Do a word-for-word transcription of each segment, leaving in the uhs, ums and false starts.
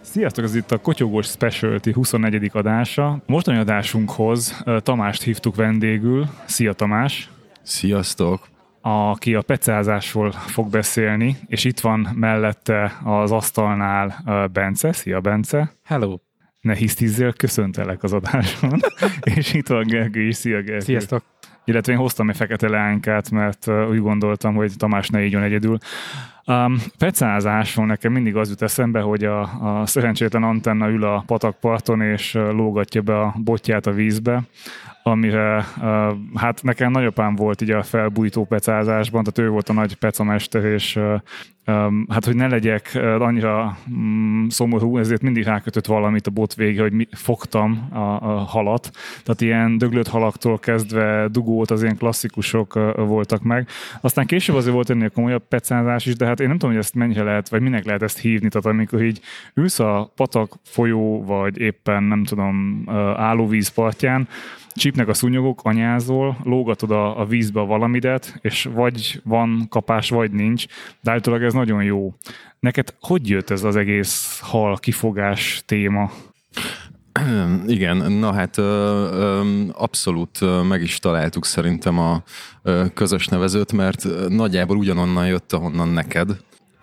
Sziasztok, ez itt a Kotyogós Specialty huszonnegyedik adása. Mostani adásunkhoz Tamást hívtuk vendégül. Szia Tamás! Sziasztok! Aki a pecázásról fog beszélni, és itt van mellette az asztalnál Bence. Szia Bence! Hello! Ne hisztizzél, köszöntelek az adáson. És itt van Gergő is. Szia Gergő! Sziasztok! Illetve én hoztam egy fekete leánykát, mert úgy gondoltam, hogy Tamás ne ígyon egyedül. Um, pecázásról nekem mindig az jut eszembe, hogy a, a szerencsétlen antenna ül a patakparton, és lógatja be a botját a vízbe, amire uh, hát nekem nagyapám volt így a felbújtó pecázásban, tehát ő volt a nagy pecamester, és uh, um, hát hogy ne legyek uh, annyira um, szomorú, ezért mindig rákötött valamit a bot vége, hogy mi, fogtam a, a halat, tehát ilyen döglött halaktól kezdve dugót, az ilyen klasszikusok uh, voltak meg. Aztán később azért volt ennél komolyabb pecázás is, de hát én nem tudom, hogy ezt mennyire lehet, vagy minek lehet ezt hívni, tehát amikor így ülsz a patak, folyó, vagy éppen nem tudom, uh, állóvíz partján, csípnek a szúnyogok, anyázol, lógatod a, a vízbe a valamidet, és vagy van kapás, vagy nincs, de általában ez nagyon jó. Neked hogy jött ez az egész hal kifogás téma? Igen, na hát abszolút meg is találtuk szerintem a közös nevezőt, mert nagyjából ugyanonnan jött, ahonnan neked.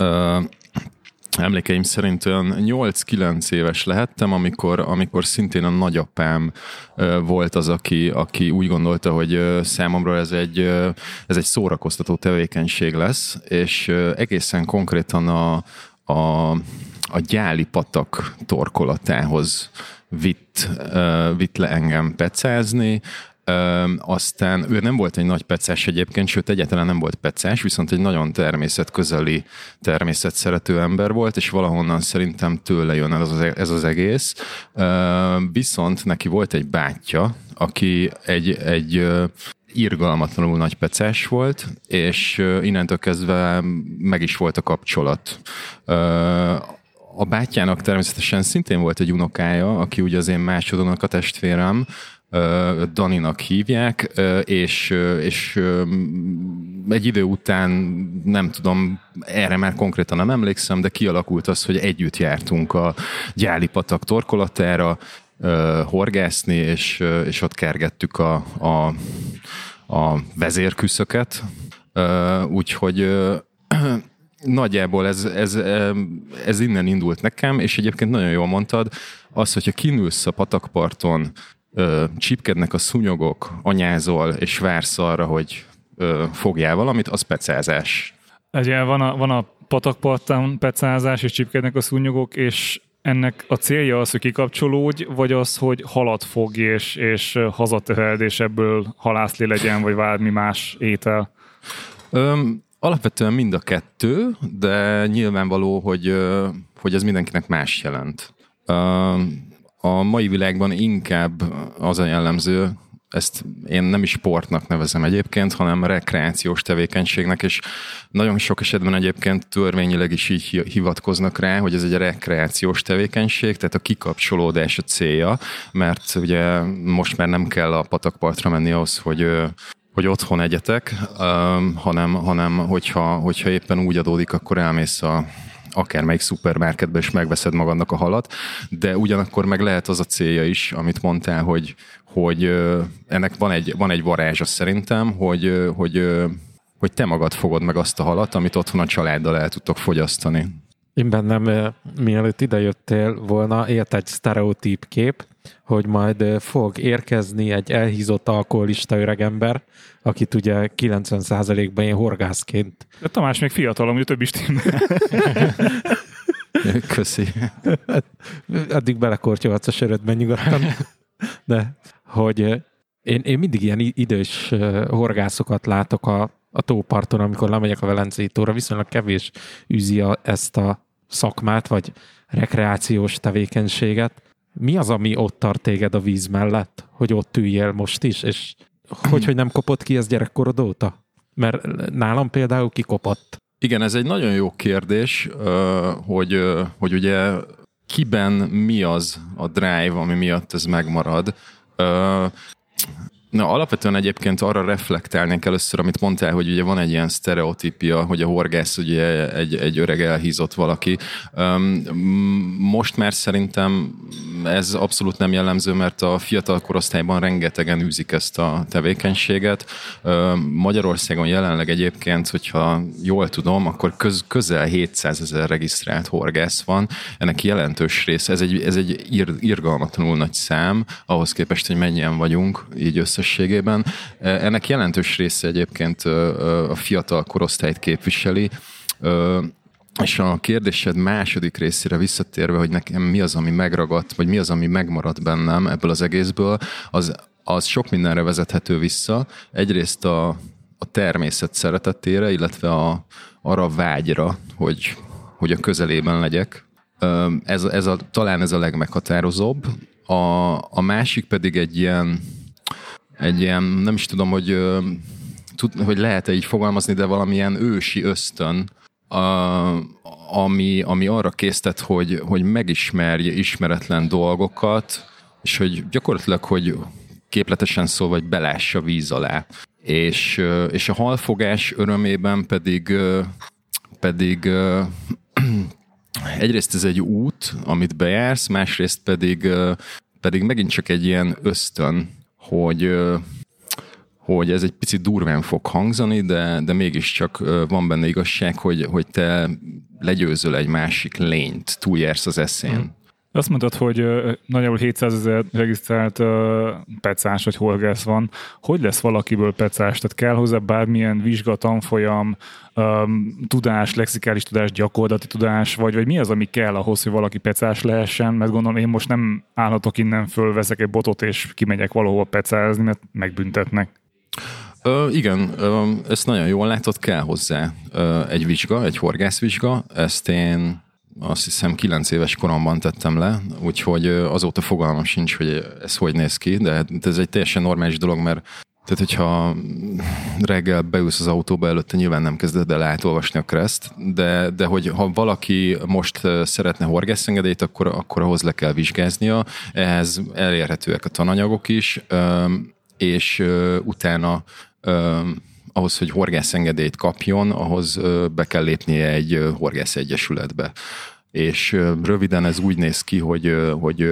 Emlékeim szerint olyan nyolc-kilenc éves lehettem, amikor, amikor szintén a nagyapám volt az, aki, aki úgy gondolta, hogy számomra ez egy, ez egy szórakoztató tevékenység lesz, és egészen konkrétan a, a, a Gyáli patak torkolatához vitt, vitt le engem pecázni. Ö, aztán ő nem volt egy nagy pecás egyébként, sőt egyáltalán nem volt pecás, viszont egy nagyon természetközeli, természetszerető ember volt, és valahonnan szerintem tőle jön ez az, ez az egész. Ö, viszont neki volt egy bátyja, aki egy, egy irgalmatlanul nagy pecás volt, és innentől kezdve meg is volt a kapcsolat. Ö, a bátyjának természetesen szintén volt egy unokája, aki ugye az én másodonak a testvérem, Daninak hívják, és, és egy idő után nem tudom, erre már konkrétan nem emlékszem, de kialakult az, hogy együtt jártunk a Gyáli patak torkolatára horgászni, és, és ott kergettük a, a, a vezérküszöket, úgyhogy nagyjából ez, ez, ez innen indult nekem, és egyébként nagyon jól mondtad, az, hogyha kinülsz a patakparton, csípkednek a szúnyogok, anyázol, és vársz arra, hogy ö, fogjál valamit, az pecázás. Ugye van a, van a patakparton pecázás, és csípkednek a szúnyogok, és ennek a célja az, hogy kikapcsolódj, vagy az, hogy halat fogj, és, és hazatereld, és ebből halászlé legyen, vagy bármi más étel? Öm, alapvetően mind a kettő, de nyilvánvaló, hogy, hogy ez mindenkinek más jelent. Öm, A mai világban inkább az a jellemző, ezt én nem is sportnak nevezem egyébként, hanem rekreációs tevékenységnek, és nagyon sok esetben egyébként törvényileg is így hivatkoznak rá, hogy ez egy rekreációs tevékenység, tehát a kikapcsolódás a célja, mert ugye most már nem kell a patakpartra menni ahhoz, hogy hogy otthon egyetek, hanem, hanem hogyha, hogyha éppen úgy adódik, akkor elmész a akármelyik szupermarketbe, és megveszed magadnak a halat, de ugyanakkor meg lehet az a célja is, amit mondtál, hogy, hogy ennek van egy, van egy varázsa szerintem, hogy, hogy, hogy te magad fogod meg azt a halat, amit otthon a családdal el tudtok fogyasztani. Én bennem, mielőtt idejöttél volna, élt egy sztereotíp kép, hogy majd fog érkezni egy elhízott alkoholista öregember, akit ugye kilencven százalékban én horgászként. De Tamás még fiatal, amúgy több is timmel. Köszi. Addig belekortyolhatsz a sörödben nyugodtan. De hogy én, én mindig ilyen idős horgászokat látok a, a tóparton, amikor lemegyek a Velencei tóra, viszonylag kevés űzi a, ezt a szakmát, vagy rekreációs tevékenységet. Mi az, ami ott tart téged a víz mellett, hogy ott üljél most is, és hogy, hogy nem kopott ki ez gyerekkorod óta? Mert nálam például kikopott. Igen, ez egy nagyon jó kérdés, hogy, hogy ugye kiben mi az a drive, ami miatt ez megmarad. Na, alapvetően egyébként arra reflektálnék először, amit mondtál, hogy ugye van egy ilyen sztereotípia, hogy a horgász ugye egy, egy öreg elhízott valaki. Most már szerintem ez abszolút nem jellemző, mert a fiatal korosztályban rengetegen űzik ezt a tevékenységet. Magyarországon jelenleg egyébként, hogyha jól tudom, akkor köz, közel hétszázezer regisztrált horgász van. Ennek jelentős része, ez egy, ez egy ir, irgalmatlanul nagy szám, ahhoz képest, hogy mennyien vagyunk, így összességében. Ennek jelentős része egyébként a fiatal korosztályt képviseli, és a kérdésed második részére visszatérve, hogy nekem mi az, ami megragadt, vagy mi az, ami megmaradt bennem ebből az egészből, az, az sok mindenre vezethető vissza. Egyrészt a, a természet szeretetére, illetve a, arra a vágyra, hogy, hogy a közelében legyek. Ez, ez a, talán ez a legmeghatározóbb. A, a másik pedig egy ilyen egy ilyen, nem is tudom, hogy, hogy lehet-e így fogalmazni, de valamilyen ősi ösztön, a, ami, ami arra késztet, hogy, hogy megismerje ismeretlen dolgokat, és hogy gyakorlatilag, hogy képletesen szól, vagy belássa víz alá. És, és a halfogás örömében pedig, pedig egyrészt ez egy út, amit bejársz, másrészt pedig, pedig megint csak egy ilyen ösztön, hogy, hogy ez egy picit durván fog hangzani, de, de mégiscsak van benne igazság, hogy, hogy te legyőzöl egy másik lényt, túljársz az eszén. Azt mondtad, hogy nagyjából hétszázezer regisztrált uh, pecás vagy horgász van. Hogy lesz valakiből pecás? Tehát kell hozzá bármilyen vizsga, tanfolyam, um, tudás, lexikális tudás, gyakorlati tudás, vagy, vagy mi az, ami kell ahhoz, hogy valaki pecás lehessen? Mert gondolom, én most nem állhatok innen föl, veszek egy botot, és kimegyek valahova pecázni, mert megbüntetnek. Ö, igen, ö, ezt nagyon jól látod, kell hozzá ö, egy vizsga, egy horgászvizsga. Ezt én azt hiszem kilenc éves koromban tettem le, úgyhogy azóta fogalmam sincs, hogy ez hogy néz ki, de ez egy teljesen normális dolog, mert tehát, hogyha reggel beülsz az autóba, előtte nyilván nem kezded el átolvasni a kreszt, de, de hogy ha valaki most szeretne horgászengedélyt, akkor, akkor ahhoz le kell vizsgáznia, ehhez elérhetőek a tananyagok is, és utána ahhoz, hogy horgászengedélyt kapjon, ahhoz be kell lépnie egy horgászegyesületbe. És röviden ez úgy néz ki, hogy, hogy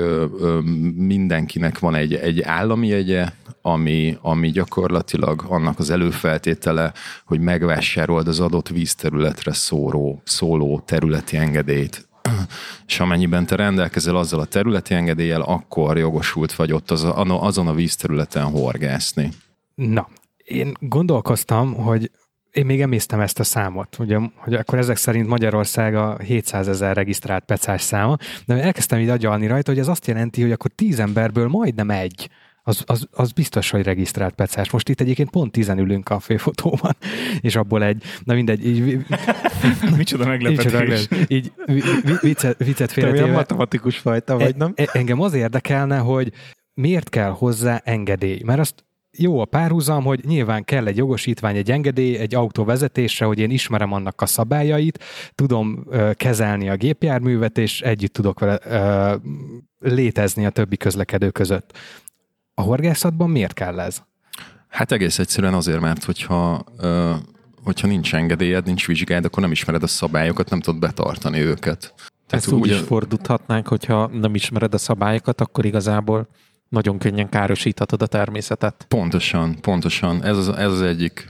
mindenkinek van egy, egy állami jegye, ami, ami gyakorlatilag annak az előfeltétele, hogy megvásárold az adott vízterületre szóró, szóló területi engedélyt. És amennyiben te rendelkezel azzal a területi engedéllyel, akkor jogosult vagy ott az, azon a vízterületen horgászni. Na, én gondolkoztam, hogy én még emésztem ezt a számot, ugye, hogy akkor ezek szerint Magyarország a hétszázezer regisztrált pecás száma, de elkezdtem így agyalni rajta, hogy ez azt jelenti, hogy akkor tíz emberből majdnem egy, az, az, az biztos, hogy regisztrált pecás. Most itt egyébként pont tízen ülünk a főfotóban, és abból egy, na mindegy, így... Micsoda meglepetés. Így viccet, viccet félretéve. Te olyan matematikus fajta vagy, nem? Engem az érdekelne, hogy miért kell hozzá engedély, mert azt jó a párhuzam, hogy nyilván kell egy jogosítvány, egy engedély, egy autó vezetésre, hogy én ismerem annak a szabályait, tudom ö, kezelni a gépjárművet, és együtt tudok vele ö, létezni a többi közlekedő között. A horgászatban miért kell ez? Hát egész egyszerűen azért, mert hogyha, ö, hogyha nincs engedélyed, nincs vizsgád, akkor nem ismered a szabályokat, nem tudod betartani őket. Ezt úgy is fordíthatnánk, hogyha nem ismered a szabályokat, akkor igazából nagyon könnyen károsíthatod a természetet. Pontosan, pontosan. Ez az, ez az egyik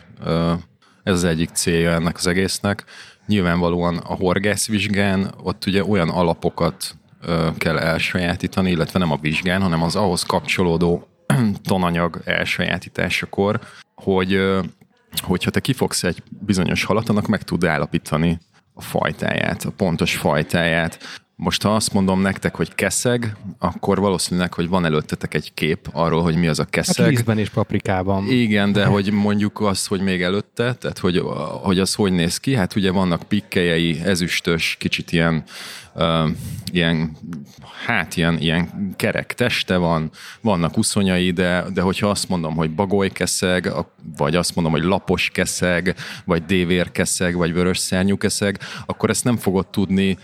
ez az egyik célja ennek az egésznek. Nyilvánvalóan a horgászvizsgán ott ugye olyan alapokat kell elsajátítani, illetve nem a vizsgán, hanem az ahhoz kapcsolódó tananyag elsajátításakor, hogy hogyha te kifogsz egy bizonyos halat, annak meg tud állapítani a fajtáját, a pontos fajtáját. Most ha azt mondom nektek, hogy keszeg, akkor valószínűleg, hogy van előttetek egy kép arról, hogy mi az a keszeg. Hát lisztben és paprikában. Igen, de hogy mondjuk azt, hogy még előtte, tehát hogy, hogy az hogy néz ki, hát ugye vannak pikkelyei, ezüstös, kicsit ilyen, uh, ilyen hát ilyen, ilyen kerek teste van, vannak uszonyai, de, de hogyha azt mondom, hogy bagolykeszeg, vagy azt mondom, hogy lapos keszeg, vagy dévérkeszeg, vagy vörös szárnyú keszeg, akkor ezt nem fogod tudni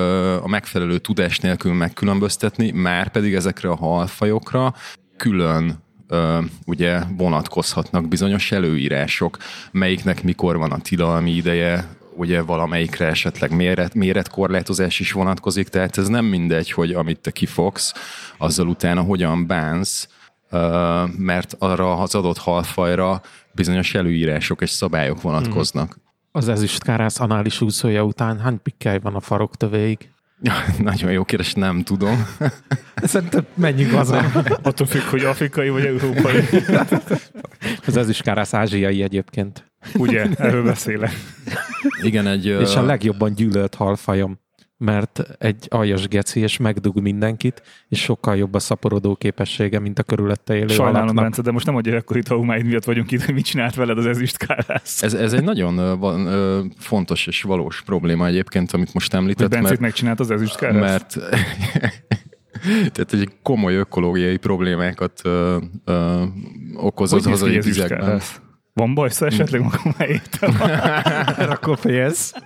a megfelelő tudás nélkül megkülönböztetni, már pedig ezekre a halfajokra külön ö, ugye vonatkozhatnak bizonyos előírások, melyiknek mikor van a tilalmi ideje, ugye valamelyikre esetleg méret, méretkorlátozás is vonatkozik, tehát ez nem mindegy, hogy amit te kifogsz, azzal utána hogyan bánsz, mert arra az adott halfajra bizonyos előírások és szabályok vonatkoznak. Az ezüstkárász anális úszója után hány pikkely van a farok tövéig? Nagyon jó kérdés, nem tudom. Szerintem menjünk haza. Attól függ, hogy afrikai vagy európai. Az ezüstkárász ázsiai egyébként. Ugye, erről beszélek. Igen, egy... És a legjobban gyűlölt halfajom, mert egy aljas geci, és megdug mindenkit, és sokkal jobb a szaporodó képessége, mint a körülötte élő Sajnálom, halaknak. Bence, de most nem a gyerekkori traumáid miatt vagyunk itt, hogy mit csinált veled az ezüstkárász. Ez, ez egy nagyon uh, fontos és valós probléma egyébként, amit most említett. Hogy Bencét mert, megcsinált az ezüstkárász? Mert tehát egy komoly ökológiai problémákat uh, uh, okoz az hazai vizekben. Van bajsza esetleg, akkor megértem. Akkor fejez.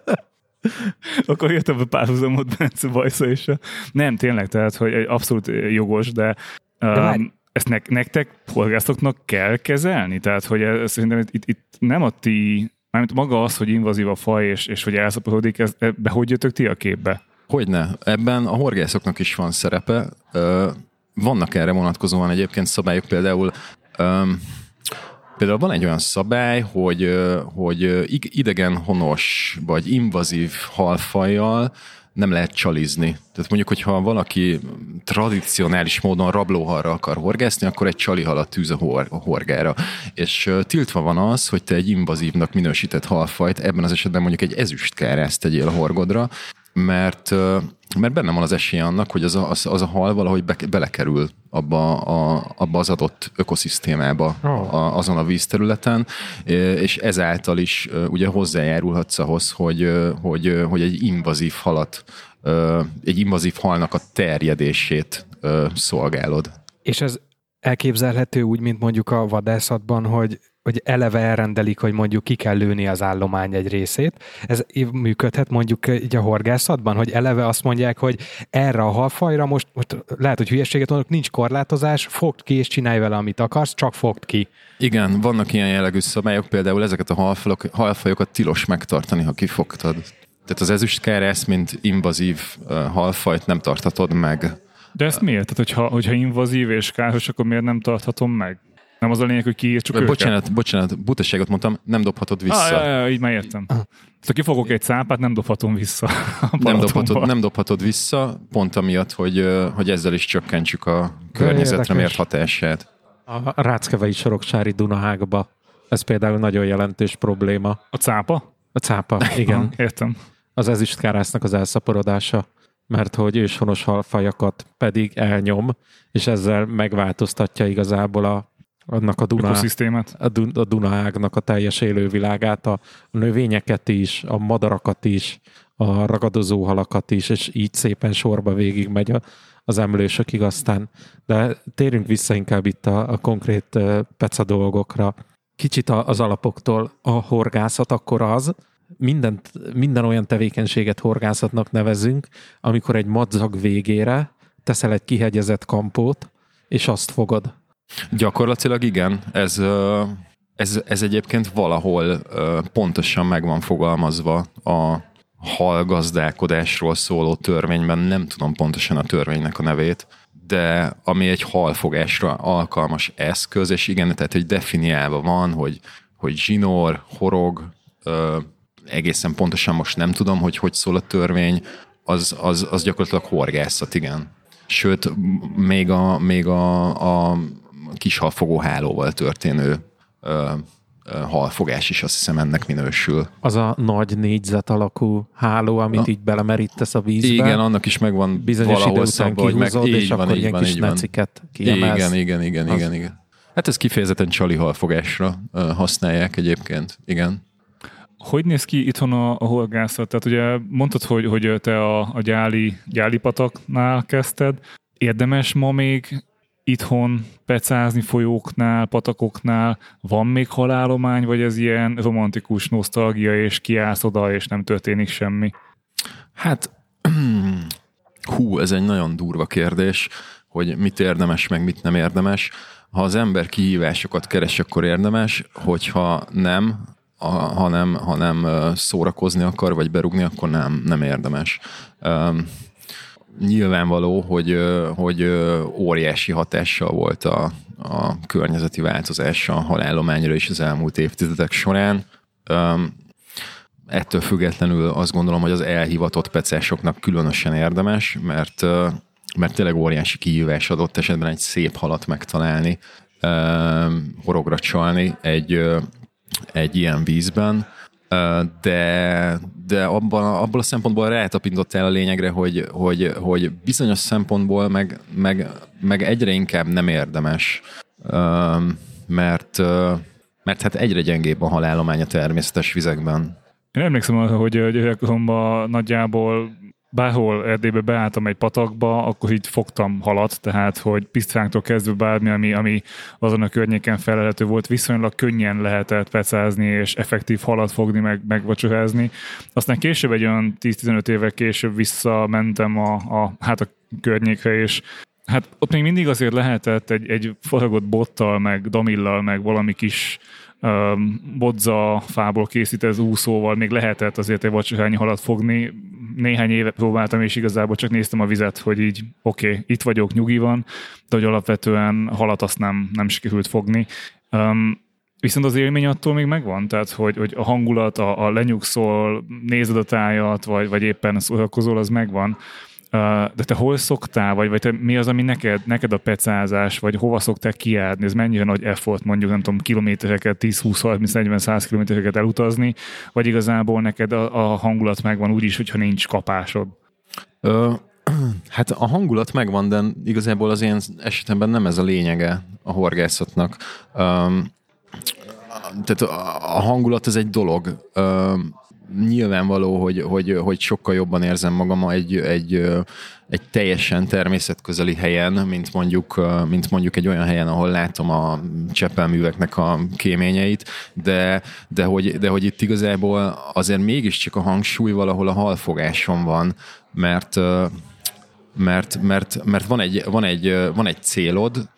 Akkor értem a párhuzamot Bence bajsza és a... Nem, tényleg, tehát, hogy abszolút jogos, de, de um, ezt ne, nektek horgászoknak kell kezelni? Tehát, hogy ez, szerintem itt, itt nem a ti, mármint maga az, hogy invazív a faj, és, és hogy elszaporodik, ez, ebbe hogy jöttök ti a képbe? Hogyne. Ebben a horgászoknak is van szerepe. Vannak erre vonatkozóan egyébként szabályok, például Például van egy olyan szabály, hogy, hogy idegen honos vagy invazív halfajjal nem lehet csalizni. Tehát mondjuk, hogyha valaki tradicionális módon rablóhalra akar horgászni, akkor egy csalihalat tűz a, hor- a horgára. És tiltva van az, hogy te egy invazívnak minősített halfajt, ebben az esetben mondjuk egy ezüstkárászt tegyél a horgodra, mert, mert benne van az esélye annak, hogy az a, az, az a hal valahogy be, belekerül abba, a, abba az adott ökoszisztémába oh. a, azon a vízterületen, és ezáltal is ugye hozzájárulhatsz ahhoz, hogy, hogy, hogy egy invazív halat, egy invazív halnak a terjedését szolgálod. És ez elképzelhető úgy, mint mondjuk a vadászatban, hogy hogy eleve elrendelik, hogy mondjuk ki kell lőni az állomány egy részét. Ez működhet mondjuk így a horgászatban, hogy eleve azt mondják, hogy erre a halfajra most, most lehet, hogy hülyeséget mondok, nincs korlátozás, fogd ki és csinálj vele, amit akarsz, csak fogd ki. Igen, vannak ilyen jellegű szabályok, például ezeket a halfajok, halfajokat tilos megtartani, ha kifogtad. Tehát az ezüstkárász, mint invazív uh, halfajt nem tarthatod meg. De ezt miért? Tehát, hogyha, hogyha invazív és káros, akkor miért nem tarthatom meg? Nem az a lényeg, hogy kiírtsuk őket? Bocsánat, bocsánat, butaságot mondtam, nem dobhatod vissza. Ah, ja, ja, így már értem. Ha kifogok egy cápát, nem dobhatom vissza. Nem dobhatod, nem dobhatod vissza, pont amiatt, hogy, hogy ezzel is csökkentsük a környezetre mért hatását. A Ráckevei Soroksári Dunahágba. Ez például nagyon jelentős probléma. A cápa? A cápa, igen. Értem. Az ezüstkárásznak az elszaporodása, mert hogy őshonos halfajakat pedig elnyom, és ezzel megváltoztatja igazából a annak a Duna, a, Dun, a Dunaágnak a teljes élővilágát, a, a növényeket is, a madarakat is, a ragadozó halakat is, és így szépen sorba végig megy a, az emlősökig aztán. De térjünk vissza inkább itt a, a konkrét uh, peca dolgokra. Kicsit a, az alapoktól a horgászat akkor az, mindent, minden olyan tevékenységet horgászatnak nevezünk, amikor egy madzag végére teszel egy kihegyezett kampót, és azt fogod. Gyakorlatilag igen, ez, ez, ez egyébként valahol pontosan meg van fogalmazva a halgazdálkodásról szóló törvényben, nem tudom pontosan a törvénynek a nevét, de ami egy halfogásra alkalmas eszköz, és igen, tehát egy definiálva van, hogy, hogy zsinór, horog, egészen pontosan most nem tudom, hogy hogy szól a törvény, az, az, az gyakorlatilag horgászat, igen. Sőt, még a, még a, a kis halfogó hálóval történő ö, ö, halfogás is azt hiszem ennek minősül. Az a nagy négyzet alakú háló, amit Na, így belemerítesz a vízbe. Igen, annak is megvan bizonyos valahol szabva, hogy meg így és van, akkor így ilyen van, kis így van. neciket kiemelsz. Igen, igen, igen, igen, igen. Hát ez kifejezetten csali halfogásra ö, használják egyébként, igen. Hogy néz ki itthon a, a horgászat? Tehát ugye mondtad, hogy, hogy te a, a gyáli, gyáli pataknál kezdted. Érdemes ma még itthon pecázni folyóknál, patakoknál? Van még halállomány, vagy ez ilyen romantikus nosztalgia, és kiállsz oda, és nem történik semmi? Hát, hú, ez egy nagyon durva kérdés, hogy mit érdemes, meg mit nem érdemes. ha az ember kihívásokat keres, akkor érdemes, hogyha nem, a, ha nem, ha nem szórakozni akar, vagy berúgni, akkor nem, nem érdemes. Um, nyilvánvaló, hogy, hogy óriási hatással volt a, a környezeti változás a halállományra is az elmúlt évtizedek során. Um, ettől függetlenül azt gondolom, hogy az elhivatott pecásoknak különösen érdemes, mert, mert tényleg óriási kihívás adott esetben egy szép halat megtalálni, um, horogra csalni egy, egy ilyen vízben, de, de abban, abban a szempontból rátapintottál a lényegre, hogy, hogy, hogy bizonyos szempontból meg, meg, meg egyre inkább nem érdemes, mert, mert hát egyre gyengébb a halállomány a természetes vizekben. Én emlékszem arra, hogy gyerekkoromban nagyjából bárhol Erdélybe beálltam egy patakba, akkor így fogtam halat, tehát hogy pisztránktól kezdve bármi, ami, ami azon a környéken felelhető volt, viszonylag könnyen lehetett pecázni, és effektív halat fogni, meg, megvacsorázni. Aztán később, egy olyan tíz-tizenöt évvel később visszamentem a, a, hát a környékre, és hát ott még mindig azért lehetett egy, egy faragott bottal, meg damillal, meg valami kis um, bodza fából készített úszóval még lehetett azért egy vacsorányi halat fogni. Néhány éve próbáltam, és igazából csak néztem a vizet, hogy így oké, okay, itt vagyok, nyugi van, de hogy alapvetően halat azt nem, nem sikerült fogni. Um, viszont az élmény attól még megvan, tehát hogy, hogy a hangulat, a, a lenyugszol, nézed a tájat, vagy, vagy éppen szórakozol, az megvan. De te hol szoktál, vagy, vagy te, mi az, ami neked, neked a pecázás, vagy hova szoktál kijárni? Ez mennyire nagy effort, mondjuk nem tudom, kilométereket, tíz, húsz, harminc, negyven, száz kilométereket elutazni, vagy igazából neked a, a hangulat megvan úgy is, hogyha nincs kapásod? Ö, hát a hangulat megvan, de igazából az én esetemben nem ez a lényege a horgászatnak. Ö, tehát a hangulat az egy dolog. Ö, Nyilvánvaló, hogy, hogy, hogy sokkal jobban érzem magam egy, egy, egy teljesen természetközeli helyen, mint mondjuk, mint mondjuk egy olyan helyen, ahol látom a cseppelműveknek a kéményeit, de, de, hogy, de hogy itt igazából azért mégiscsak a hangsúly valahol a halfogáson van, mert, mert, mert, mert van, egy, van, egy, van egy célod,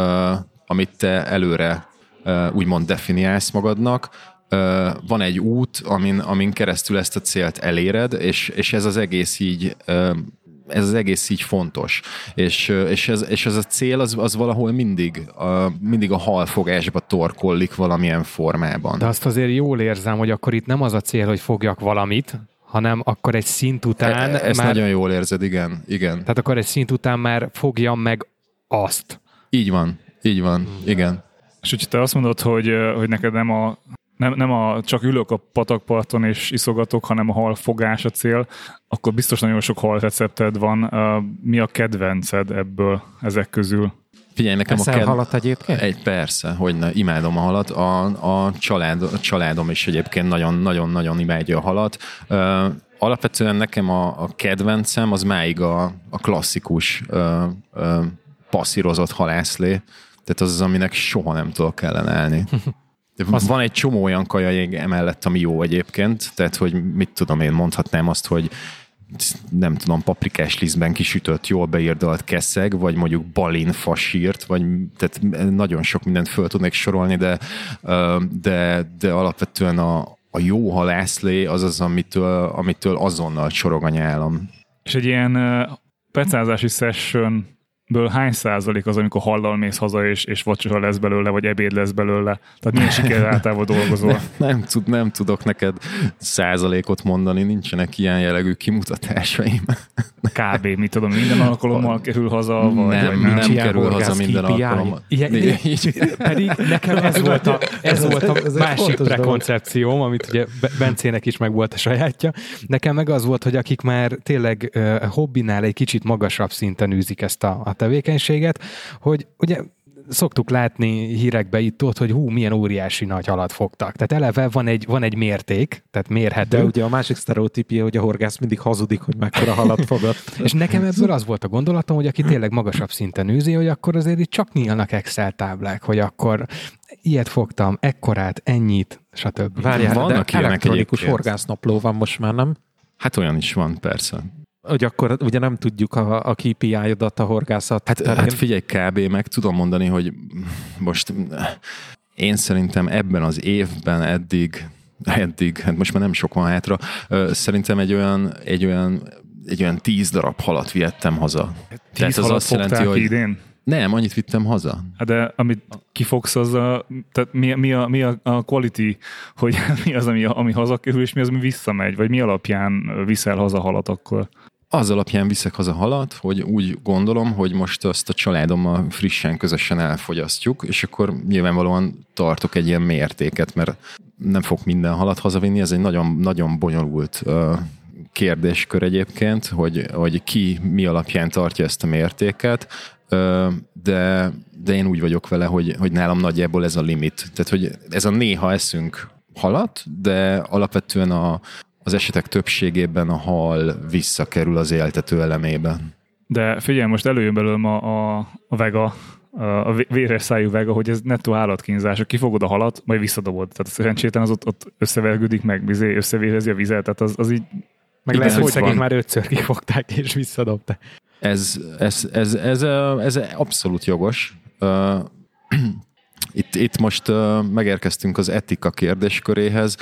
amit te előre úgymond definiálsz magadnak. Uh, van egy út, amin, amin keresztül ezt a célt eléred, és, és ez az egész így uh, ez az egész így fontos. És, és, ez, és ez a cél az, az valahol mindig a, mindig a halfogásba torkollik valamilyen formában. De azt azért jól érzem, hogy akkor itt nem az a cél, hogy fogjak valamit, hanem akkor egy szint után... E, ezt már, nagyon jól érzed, igen, igen. Tehát akkor egy szint után már fogjam meg azt. Így van, így van, igen. És hogyha te azt mondod, hogy, hogy neked nem a Nem, nem a, csak ülök a patakparton és iszogatok, hanem a halfogás a cél, akkor biztos nagyon sok halrecepted van. Mi a kedvenced ebből, ezek közül? Figyelj, nekem Eszel a ked... halat egyébként? Egy, persze, hogyne, imádom a halat. A, a, család, a családom is egyébként nagyon-nagyon-nagyon imádja a halat. Uh, alapvetően nekem a, a kedvencem az máig a, a klasszikus uh, uh, passzírozott halászlé. Tehát az az, aminek soha nem tudok ellenállni. Az... Van egy csomó olyan kaja emellett, ami jó egyébként, tehát hogy mit tudom én, mondhatnám azt, hogy nem tudom, paprikás lisztben kisütött, jól beírdalt keszeg, vagy mondjuk balinfa sírt, vagy tehát nagyon sok mindent föl tudnék sorolni, de, de, de alapvetően a, a jó halászlé az az, amitől, amitől azonnal csorog a nyálam. És egy ilyen pecázási session ből hány százalék az, amikor hallal mész haza, és, és vacsora lesz belőle, vagy ebéd lesz belőle? Tehát milyen siker általában dolgozol? Nem, nem, tud, nem tudok neked százalékot mondani, nincsenek ilyen jellegű kimutatásaim. Kb. Mit tudom, minden alkalommal kerül haza? Vagy nem, vagy nem, nem kerül haza minden alkalommal. Igen, pedig nekem ez volt a, ez volt a ez másik prekoncepcióm, amit ugye Bencének is meg volt a sajátja. Nekem meg az volt, hogy akik már tényleg uh, hobbinál egy kicsit magasabb szinten űzik ezt a, a tevékenységet, hogy ugye szoktuk látni hírekbe itt ott, hogy hú, milyen óriási nagy halat fogtak. Tehát eleve van egy, van egy mérték, tehát mérhető. De ugye a másik sztereotípia, hogy a horgász mindig hazudik, hogy mekkora halat fogott. És nekem ebből az volt a gondolatom, hogy aki tényleg magasabb szinten űzi, hogy akkor azért itt csak nyílnak Excel táblák, hogy akkor ilyet fogtam, ekkorát, ennyit, stb. Várjál, de elektronikus horgásznapló van most már, nem? Hát olyan is van, persze. hogy akkor ugye nem tudjuk a, a ká pé í-odat a horgászat. Hát, hát figyelj, kb. Meg tudom mondani, hogy most én szerintem ebben az évben eddig, eddig, hát most már nem sok van hátra, szerintem egy olyan, egy olyan, egy olyan tíz darab halat vihettem haza. Tíz halat azt jelenti, hogy idén? Nem, annyit vittem haza. Hát de amit kifogsz, az a, tehát mi, mi, a, mi a, a quality, hogy mi az, ami, ami hazakerül, és mi az, ami visszamegy, vagy mi alapján viszel haza halat akkor? Az alapján viszek haza halat, hogy úgy gondolom, hogy most azt a családommal frissen, közösen elfogyasztjuk, és akkor nyilvánvalóan tartok egy ilyen mértéket, mert nem fog minden halat hazavinni, ez egy nagyon, nagyon bonyolult uh, kérdéskör egyébként, hogy, hogy ki mi alapján tartja ezt a mértéket, uh, de, de én úgy vagyok vele, hogy, hogy nálam nagyjából ez a limit. Tehát, hogy ez a néha eszünk halat, de alapvetően a az esetek többségében a hal visszakerül az éltető elemébe. De figyelj, most előjön belőlem a, a, a vega, a véres szájú vega, hogy ez nettó állatkínzás. Kifogod a halat, majd visszadobod. Tehát szerencsétlen az ott, ott összevergődik meg, összevérezi a vizet, tehát az, az így... Meg igen, lesz, hogy szegény már ötször kifogták és visszadobták. Ez, ez, ez, ez, ez abszolút jogos. Itt, itt most megérkeztünk az etika kérdésköréhez.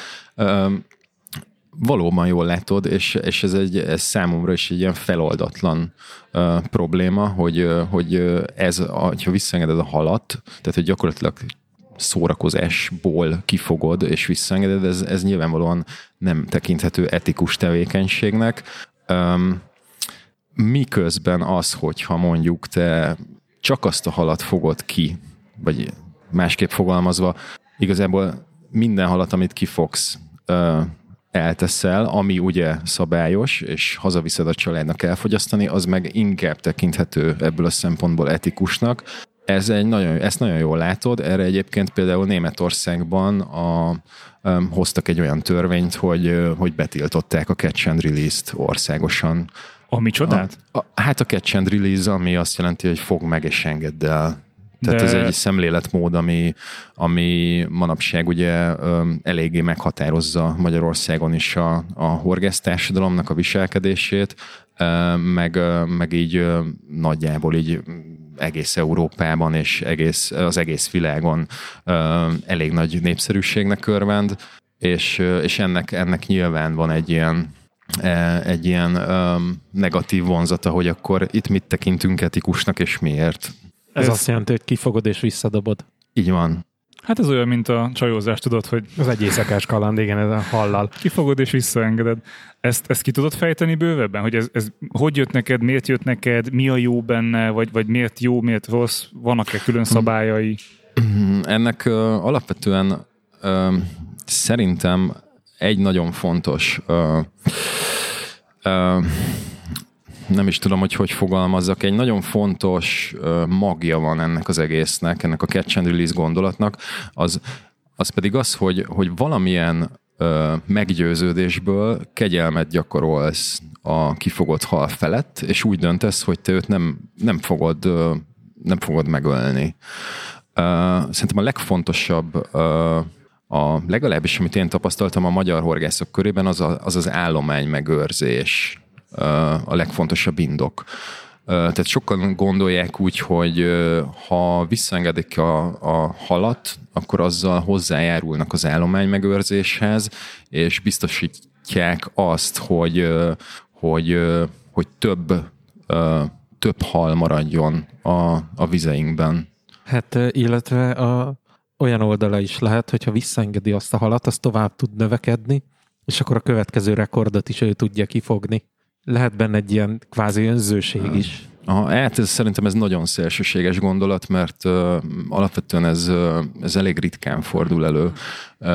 Valóban jól látod, és, és ez, egy, ez számomra is egy ilyen feloldatlan uh, probléma, hogy, uh, hogy ez, ha visszaengeded a halat, tehát hogy gyakorlatilag szórakozásból kifogod és visszaengeded, ez, ez nyilvánvalóan nem tekinthető etikus tevékenységnek. Um, miközben az, hogyha mondjuk te csak azt a halat fogod ki, vagy másképp fogalmazva, igazából minden halat, amit kifogsz, uh, elteszel, ami ugye szabályos, és hazaviszed a családnak elfogyasztani, az meg inkább tekinthető ebből a szempontból etikusnak. Ez egy nagyon, ezt nagyon jól látod, erre egyébként például Németországban a, um, hoztak egy olyan törvényt, hogy, hogy betiltották a catch and release-t országosan. A micsodát? A, a, hát a catch and release, ami azt jelenti, hogy fogd meg és engedd el. Tehát de... ez egy szemléletmód, ami, ami manapság ugye um, eléggé meghatározza Magyarországon is a, a horgásztársadalomnak a viselkedését, uh, meg, uh, meg így uh, nagyjából így egész Európában és egész, az egész világon uh, elég nagy népszerűségnek örvend, és, uh, és ennek, ennek nyilván van egy ilyen egy ilyen um, negatív vonzata, hogy akkor itt mit tekintünk etikusnak és miért. Ez, ez azt jelenti, hogy kifogod és visszadobod. Így van. Hát ez olyan, mint a csajozás, tudod, hogy... Az egy éjszakás kaland, igen, ez a hallal. Kifogod és visszaengeded. Ezt, ezt ki tudod fejteni bővebben? Hogy ez, ez hogy jött neked, miért jött neked, mi a jó benne, vagy, vagy miért jó, miért rossz, vannak-e külön szabályai? Ennek uh, alapvetően uh, szerintem egy nagyon fontos uh, uh, nem is tudom, hogy hogy fogalmazzak, egy nagyon fontos uh, magja van ennek az egésznek, ennek a catch and release gondolatnak, az, az pedig az, hogy, hogy valamilyen uh, meggyőződésből kegyelmet gyakorolsz a kifogott hal felett, és úgy döntesz, hogy te őt nem, nem, fogod, uh, nem fogod megölni. Uh, szerintem a legfontosabb uh, a legalábbis, amit én tapasztaltam a magyar horgászok körében, az a, az, az állomány megőrzés a legfontosabb indok. Tehát sokan gondolják úgy, hogy ha visszaengedik a, a halat, akkor azzal hozzájárulnak az állomány megőrzéshez, és biztosítják azt, hogy, hogy, hogy több, több hal maradjon a, a vizeinkben. Hát illetve a, olyan oldala is lehet, hogyha visszaengedi azt a halat, az tovább tud növekedni, és akkor a következő rekordot is ő tudja kifogni. Lehet benne egy ilyen kvázi önzőség is. Aha, hát ez, szerintem ez nagyon szélsőséges gondolat, mert uh, alapvetően ez, uh, ez elég ritkán fordul elő. Uh,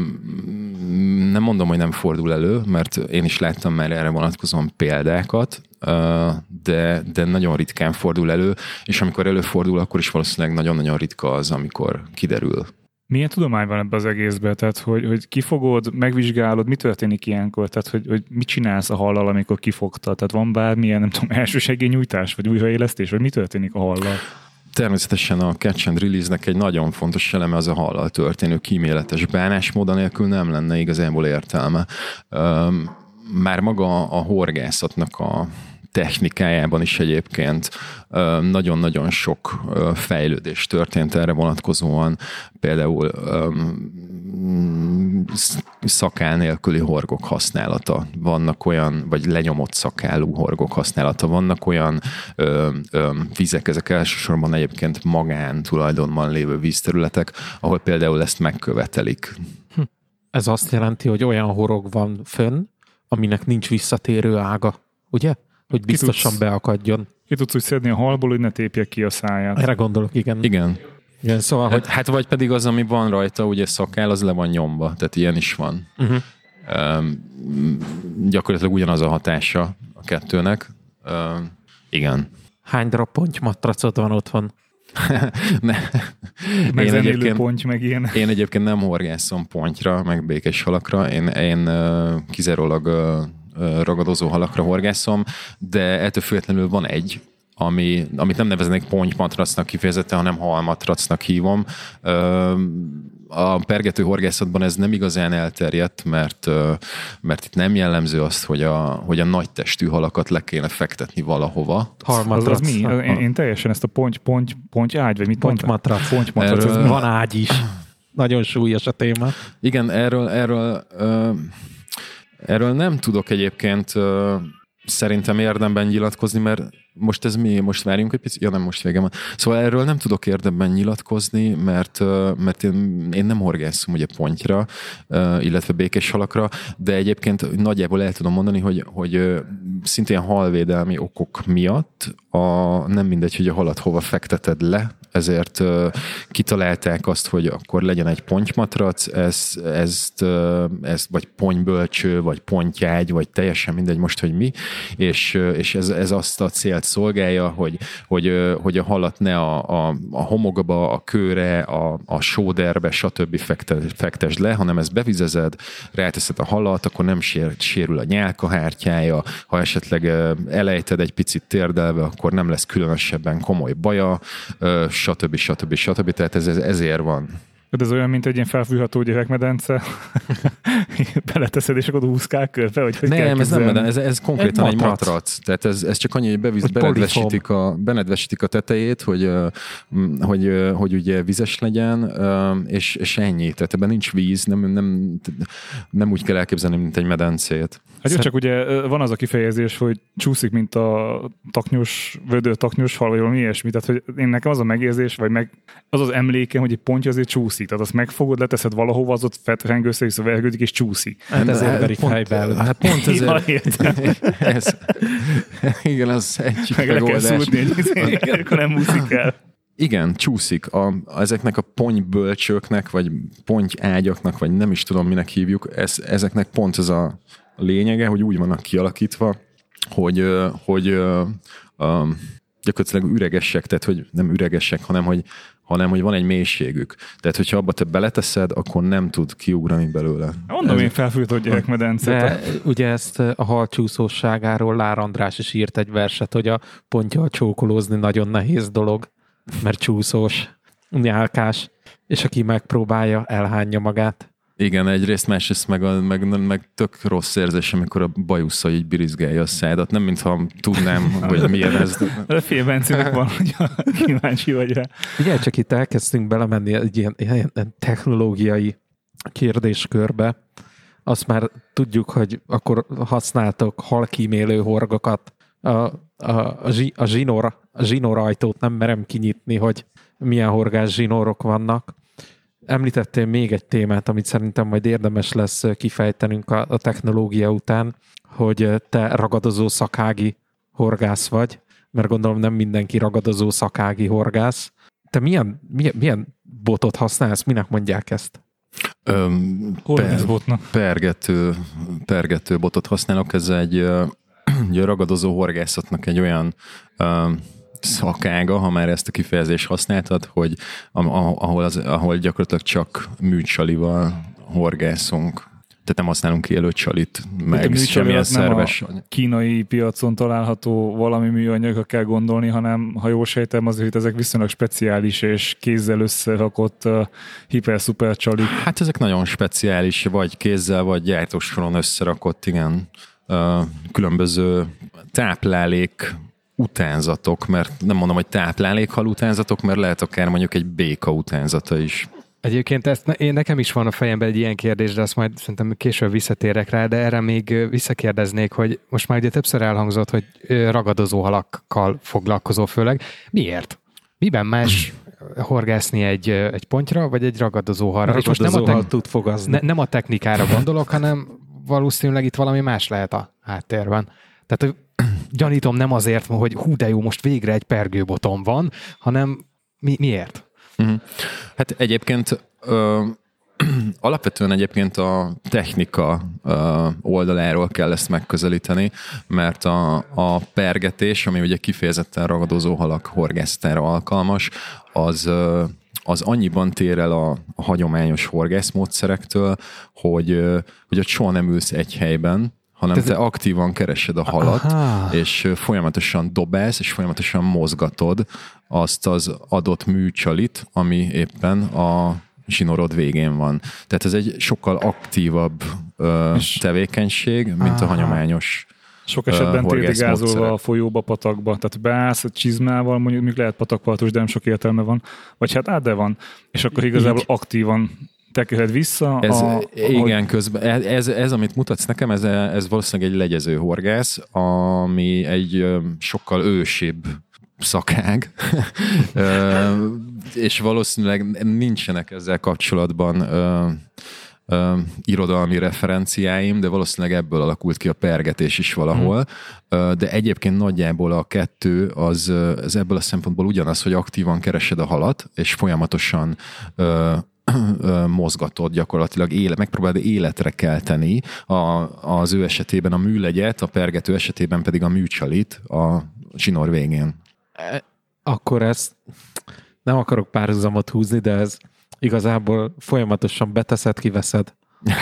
nem mondom, hogy nem fordul elő, mert én is láttam már erre vonatkozóan példákat, uh, de, de nagyon ritkán fordul elő, és amikor előfordul, akkor is valószínűleg nagyon-nagyon ritka az, amikor kiderül. Milyen tudomány van ebben az egészben? Tehát, hogy, hogy kifogod, megvizsgálod, mi történik ilyenkor? Tehát, hogy, hogy mit csinálsz a hallal, amikor kifogtad? Tehát van bármilyen, nem tudom, elsősegélynyújtás, vagy újraélesztés, vagy mi történik a hallal? Természetesen a catch and release-nek egy nagyon fontos eleme az a hallal történő kíméletes bánásmód, nélkül nem lenne igazából értelme. Um, már maga a horgászatnak a technikájában is egyébként nagyon-nagyon sok fejlődés történt erre vonatkozóan, például szakál nélküli horgok használata, vannak olyan, vagy lenyomott szakálú horgok használata, vannak olyan ö, ö, vizek, ezek elsősorban egyébként magán tulajdonban lévő vízterületek, ahol például ezt megkövetelik. Hm. Ez azt jelenti, hogy olyan horog van fönn, aminek nincs visszatérő ága, ugye? Hogy biztosan tudsz, beakadjon. Ki tudsz úgy szedni a halból, hogy ne tépje ki a száját. Erre gondolok, igen. Igen. Igen, szóval, hát, hogy... hát vagy pedig az, ami van rajta, ugye szakál, az le van nyomva, tehát ilyen is van. Uh-huh. Um, gyakorlatilag ugyanaz a hatása a kettőnek. Um, igen. Hány darab pontymatracod van otthon? ne. Meg én egyébként, ponty, meg ilyen. Én egyébként nem horgászom pontyra, meg békés halakra. Én, én uh, kizárólag uh, ragadozó halakra horgászom, de ettől függetlenül van egy, ami, amit nem neveznék pontymatracnak kifejezetten, hanem halmatracnak hívom. A pergető horgászatban ez nem igazán elterjedt, mert, mert itt nem jellemző azt, hogy a, hogy a nagy testű halakat le kéne fektetni valahova. Halmatrac. Az, az mi? Én, én teljesen ezt a ponty, ponty, ponty ágy, vagy mit pontymatrac. Pontymatrac. Erről... Van ágy is. Nagyon súlyos a téma. Igen, erről, erről Erről nem tudok egyébként uh, szerintem érdemben nyilatkozni, mert most ez mi? Most várjunk egy picit? Ja, nem, most végem van. Szóval erről nem tudok érdemben nyilatkozni, mert, uh, mert én, én nem horgászom ugye pontyra, uh, illetve békés halakra, de egyébként nagyjából el tudom mondani, hogy, hogy uh, szintén halvédelmi okok miatt a, nem mindegy, hogy a halat hova fekteted le, ezért uh, kitalálták azt, hogy akkor legyen egy pontymatrac, ez, ezt, uh, ezt vagy ponybölcső, vagy pontyágy, vagy teljesen mindegy most, hogy mi, és, uh, és ez, ez azt a célt szolgálja, hogy, hogy, uh, hogy a halat ne a, a, a homokba, a kőre, a, a sóderbe, stb. Fektesd le, hanem ezt bevizezed, ráteszed a halat, akkor nem sér, sérül a nyálkahártyája, ha esetleg uh, elejted egy picit térdelve, akkor nem lesz különösebben komoly baja, uh, stb. stb. stb. Tehát ez, ez ezért van. De ez olyan, mint egy ilyen felfújható gyerekmedence. Beleteszed, és akkor húszkál körbe, hogy hogy nem, ez nem medence, ez, ez konkrétan egy, egy matrac. matrac. Tehát ez, ez csak annyi, hogy bevisz, benedvesítik a, benedvesítik a tetejét, hogy, hogy, hogy ugye vizes legyen, és, és ennyi. Tehát ebben nincs víz, nem, nem, nem úgy kell elképzelni, mint egy medencét. Hát jó, csak ugye van az a kifejezés, hogy csúszik, mint a taknyos, vödör taknyos hal, vagy valami ilyesmi. Tehát, hogy én nekem az a megérzés, vagy meg az az emlékem, hogy egy ponty azért csúszik. Tehát azt megfogod, leteszed valahova, az ott fetreng össze-vissza vergődik, és csúszik. Hát ezért verik fejbe. Hát pont ezért. Ja, ez, igen, az egy meg megoldás. Meg le kell szúrni, hogy akkor nem úszik el. Igen, csúszik. A, ezeknek a ponybölcsőknek, vagy pontyágyaknak, vagy nem is tudom, minek hívjuk, ez, ezeknek pont ez a lényege, hogy úgy vannak kialakítva, hogy, hogy um, gyakorlatilag üregesek, tehát hogy nem üregesek, hanem hogy, hanem hogy van egy mélységük. Tehát, hogyha abba te beleteszed, akkor nem tud kiugrani belőle. Mondom, én felfújtó gyerekmedencét. De ugye ezt a hal csúszóságáról Lár András is írt egy verset, hogy a ponttyal csókolózni nagyon nehéz dolog, mert csúszós, nyálkás, és aki megpróbálja, elhányja magát. Igen, egyrészt, másrészt meg, a, meg, meg tök rossz érzés, amikor a bajusza így birizgálja a szádat. Nem mintha tudnám, hogy milyen ez. A fél Bencének van, hogy kíváncsi vagy rá. Igen, csak itt elkezdtünk belemenni egy ilyen, ilyen technológiai kérdéskörbe. Azt már tudjuk, hogy akkor használtok halkímélő horgokat. A, a, a, zsi, a, zsinór, a zsinórajtót nem merem kinyitni, hogy milyen horgás zsinórok vannak. Említettél még egy témát, amit szerintem majd érdemes lesz kifejtenünk a, a technológia után, hogy te ragadozó szakági horgász vagy, mert gondolom nem mindenki ragadozó szakági horgász. Te milyen, milyen, milyen botot használsz? Minek mondják ezt? Öm, per, pergető, pergető botot használok. Ez egy, egy ragadozó horgászatnak egy olyan öm, szakága, ha már ezt a kifejezést használtad, hogy ahol, az, ahol gyakorlatilag csak műcsalival horgászunk. Tehát nem használunk élő csalit, meg semmilyen szerves. Nem a kínai piacon található valami műanyagra kell gondolni, hanem ha jól sejtem, azért ezek viszonylag speciális és kézzel összerakott uh, hiper-szuper csalik. Hát ezek nagyon speciális, vagy kézzel, vagy gyártósoron összerakott, igen. különböző táplálék utánzatok, mert nem mondom, hogy táplálékhal utánzatok, mert lehet akár mondjuk egy béka utánzata is. Egyébként ezt, én nekem is van a fejemben egy ilyen kérdés, de azt majd szerintem később visszatérek rá, de erre még visszakérdeznék, hogy most már ugye többször elhangzott, hogy ragadozó halakkal foglalkozó főleg. Miért? Miben más horgászni egy, egy pontyra, vagy egy ragadozó halra? És most nem a, te- tud fogazni. Ne, nem a technikára gondolok, hanem valószínűleg itt valami más lehet a háttérben. Tehát gyanítom nem azért, hogy hú de jó, most végre egy pergőbotom van, hanem mi, miért? Uh-huh. Hát egyébként ö, alapvetően egyébként a technika ö, oldaláról kell ezt megközelíteni, mert a, a pergetés, ami ugye kifejezetten ragadozó halak horgásztára alkalmas, az, ö, az annyiban tér el a, a hagyományos horgászmódszerektől, hogy, hogy ott soha nem ülsz egy helyben, hanem te, te aktívan keresed a halat, aha, és folyamatosan dobálsz, és folyamatosan mozgatod azt az adott műcsalit, ami éppen a zsinórod végén van. Tehát ez egy sokkal aktívabb ö, tevékenység, mint aha, a hagyományos sok esetben térdigázolva a folyóba, patakba, tehát beállsz a csizmával, mondjuk még lehet patakpartos, de nem sok értelme van, vagy hát át de van, és akkor igazából így aktívan tekered vissza. Ez, a, igen, hogy... közben, ez, ez, ez, amit mutatsz nekem, ez, ez valószínűleg egy legyező horgász, ami egy sokkal ősibb szakág, és valószínűleg nincsenek ezzel kapcsolatban ö, ö, irodalmi referenciáim, de valószínűleg ebből alakult ki a pergetés is valahol, hmm. de egyébként nagyjából a kettő az, az ebből a szempontból ugyanaz, hogy aktívan keresed a halat, és folyamatosan ö, mozgatod gyakorlatilag, éle, megpróbálod életre kelteni a, az ő esetében a műlegyet, a pergető esetében pedig a műcsalit a zsinór végén. Akkor ezt nem akarok párhuzamot húzni, de ez igazából folyamatosan beteszed, kiveszed.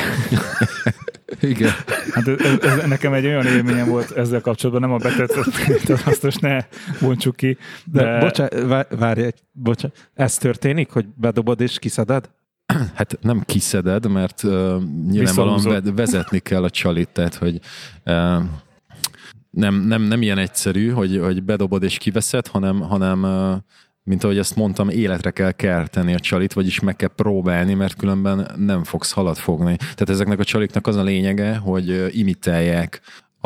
Igen. Hát ez, ez, nekem egy olyan élményem volt ezzel kapcsolatban, nem a betetszett, azt most ne bontsuk ki. De, de bocsánat, várj, bocsánat. Ez történik, hogy bedobod és kiszeded? Hát nem kiszeded, mert uh, nyilvánvalóan vezetni kell a csalit, tehát hogy uh, nem, nem, nem ilyen egyszerű, hogy, hogy bedobod és kiveszed, hanem, hanem uh, mint ahogy ezt mondtam, életre kell kelteni a csalit, vagyis meg kell próbálni, mert különben nem fogsz halat fogni. Tehát ezeknek a csaliknak az a lényege, hogy imitálják a,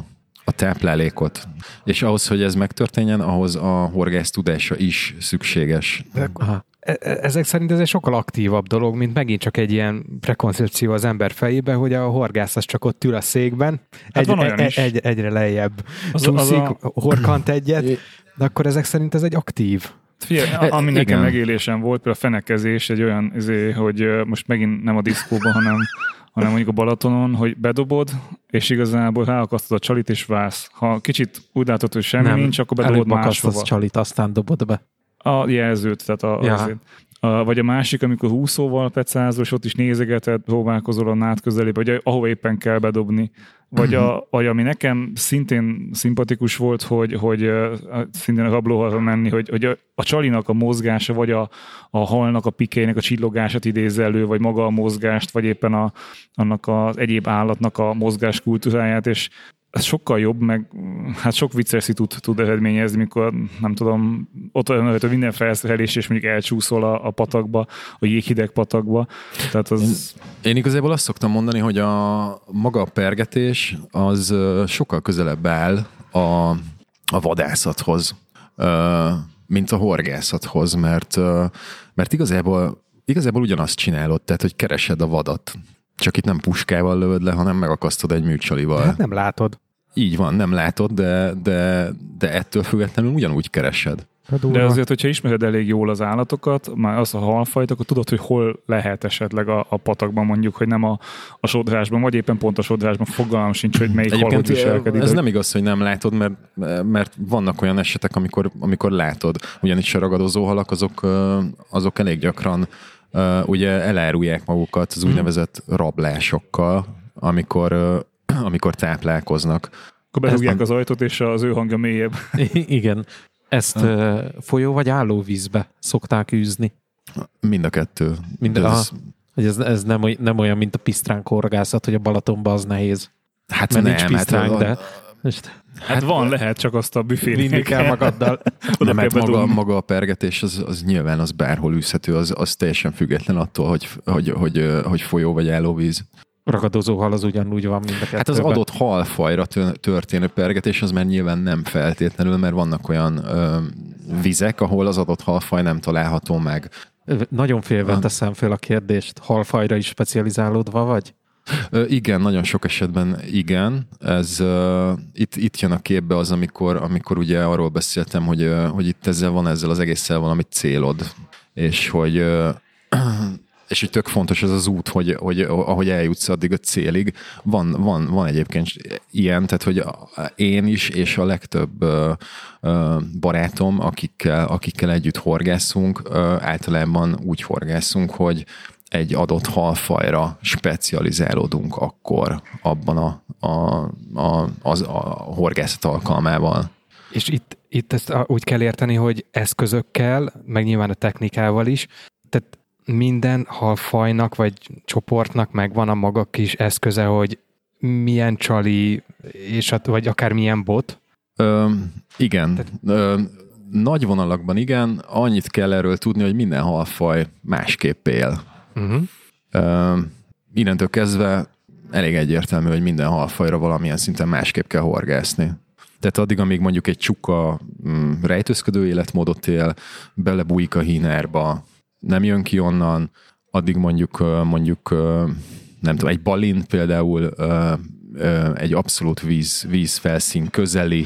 a táplálékot. És ahhoz, hogy ez megtörténjen, ahhoz a horgász tudása is szükséges. Aha. Ezek szerint ez egy sokkal aktívabb dolog, mint megint csak egy ilyen prekoncepció az ember fejében, hogy a horgász az csak ott ül a székben, hát egy, egy, egy, egyre lejjebb az csúszik, a... horkant egyet, de akkor ezek szerint ez egy aktív. Figyelj, ami nekem megélésem volt, például a fenekezés egy olyan, izé, hogy most megint nem a diszkóban, hanem, hanem mondjuk a Balatonon, hogy bedobod, és igazából ráakasztod a csalit, és válsz. Ha kicsit úgy látod, hogy semmi nem, nincs, akkor bedobod máshova. Nem, csalit, aztán dobod be. A jelzőt, tehát a, ja. azért. A, vagy a másik, amikor húszóval pecázol, és ott is nézegeted, próbálkozol a nád közelébe, vagy ahova éppen kell bedobni. Vagy, a, vagy ami nekem szintén szimpatikus volt, hogy, hogy szintén a rablóhalra menni, hogy, hogy a, a csalinak a mozgása, vagy a, a halnak a pikének a csillogását idézze elő, vagy maga a mozgást, vagy éppen a, annak az egyéb állatnak a mozgás kultúráját, és ez sokkal jobb, meg hát sok vicces tud, tud eredményezni, mikor nem tudom, ott olyan, hogy minden felszerelés, és mondjuk elcsúszol a, a patakba, a jéghideg patakba. Tehát az... Én, én igazából azt szoktam mondani, hogy a maga a pergetés az sokkal közelebb áll a, a vadászathoz, mint a horgászathoz, mert, mert igazából, igazából ugyanazt csinálod, tehát hogy keresed a vadat. Csak itt nem puskával lövöd le, hanem megakasztod egy műcsalival. Hát nem látod. Így van, nem látod, de, de, de ettől függetlenül ugyanúgy keresed. De azért, hogyha ismered elég jól az állatokat, már az a halfajt, akkor tudod, hogy hol lehet esetleg a, a patakban mondjuk, hogy nem a, a sodrásban, vagy éppen pont a sodrásban, fogalmam sincs, hogy melyik halot viselkedik. Ez nem igaz, hogy nem látod, mert, mert vannak olyan esetek, amikor, amikor látod. Ugyanis a ragadozó halak azok, azok elég gyakran Uh, ugye elárulják magukat az úgynevezett rablásokkal, amikor, uh, amikor táplálkoznak. Akkor berúgják az ajtót, és az ő hangja mélyebb. Igen. Ezt uh, folyó vagy állóvízbe szokták űzni? Mind a kettő. Mind, ez, aha, hogy ez, ez nem, nem olyan, mint a pisztránk horgászat, hogy a Balatonban az nehéz. Hát Mert nem, nincs pisztránk, hát, de... Hát van, lehet, csak azt a büfét Vinni kell magaddal. nem, mert maga, maga a pergetés, az, az nyilván az bárhol űzhető, az, az teljesen független attól, hogy, hogy, hogy, hogy folyó vagy állóvíz. Ragadozó hal az ugyanúgy van, mint a kettőben. Hát az adott halfajra történő pergetés, az már nyilván nem feltétlenül, mert vannak olyan ö, vizek, ahol az adott halfaj nem található meg. Nagyon félve teszem föl a kérdést, halfajra is specializálódva vagy? Ö, igen, nagyon sok esetben igen. Ez, uh, itt, itt jön a képbe az, amikor, amikor ugye arról beszéltem, hogy, uh, hogy itt ezzel van, ezzel az egésszel valami célod, és hogy uh, és hogy tök fontos ez az út, hogy, hogy ahogy eljutsz addig a célig. Van, van, van egyébként ilyen, tehát hogy én is, és a legtöbb uh, uh, barátom, akikkel, akikkel együtt horgászunk, uh, általában úgy horgászunk, hogy egy adott halfajra specializálódunk akkor abban a, a, a, az, a horgászat alkalmával. És itt, itt ezt úgy kell érteni, hogy eszközökkel, meg nyilván a technikával is, tehát minden halfajnak vagy csoportnak megvan a maga kis eszköze, hogy milyen csali, és a, vagy akár milyen bot? Ö, igen. Tehát... Ö, nagy vonalakban igen, annyit kell erről tudni, hogy minden halfaj másképp él. Uh-huh. Uh, innentől kezdve elég egyértelmű, hogy minden halfajra valamilyen szinten másképp kell horgászni. Tehát addig, amíg mondjuk egy csuka mm, rejtőzködő életmódot él, belebújik a hínárba, nem jön ki onnan, addig mondjuk, mondjuk nem tudom, egy balin például egy abszolút víz, vízfelszín közeli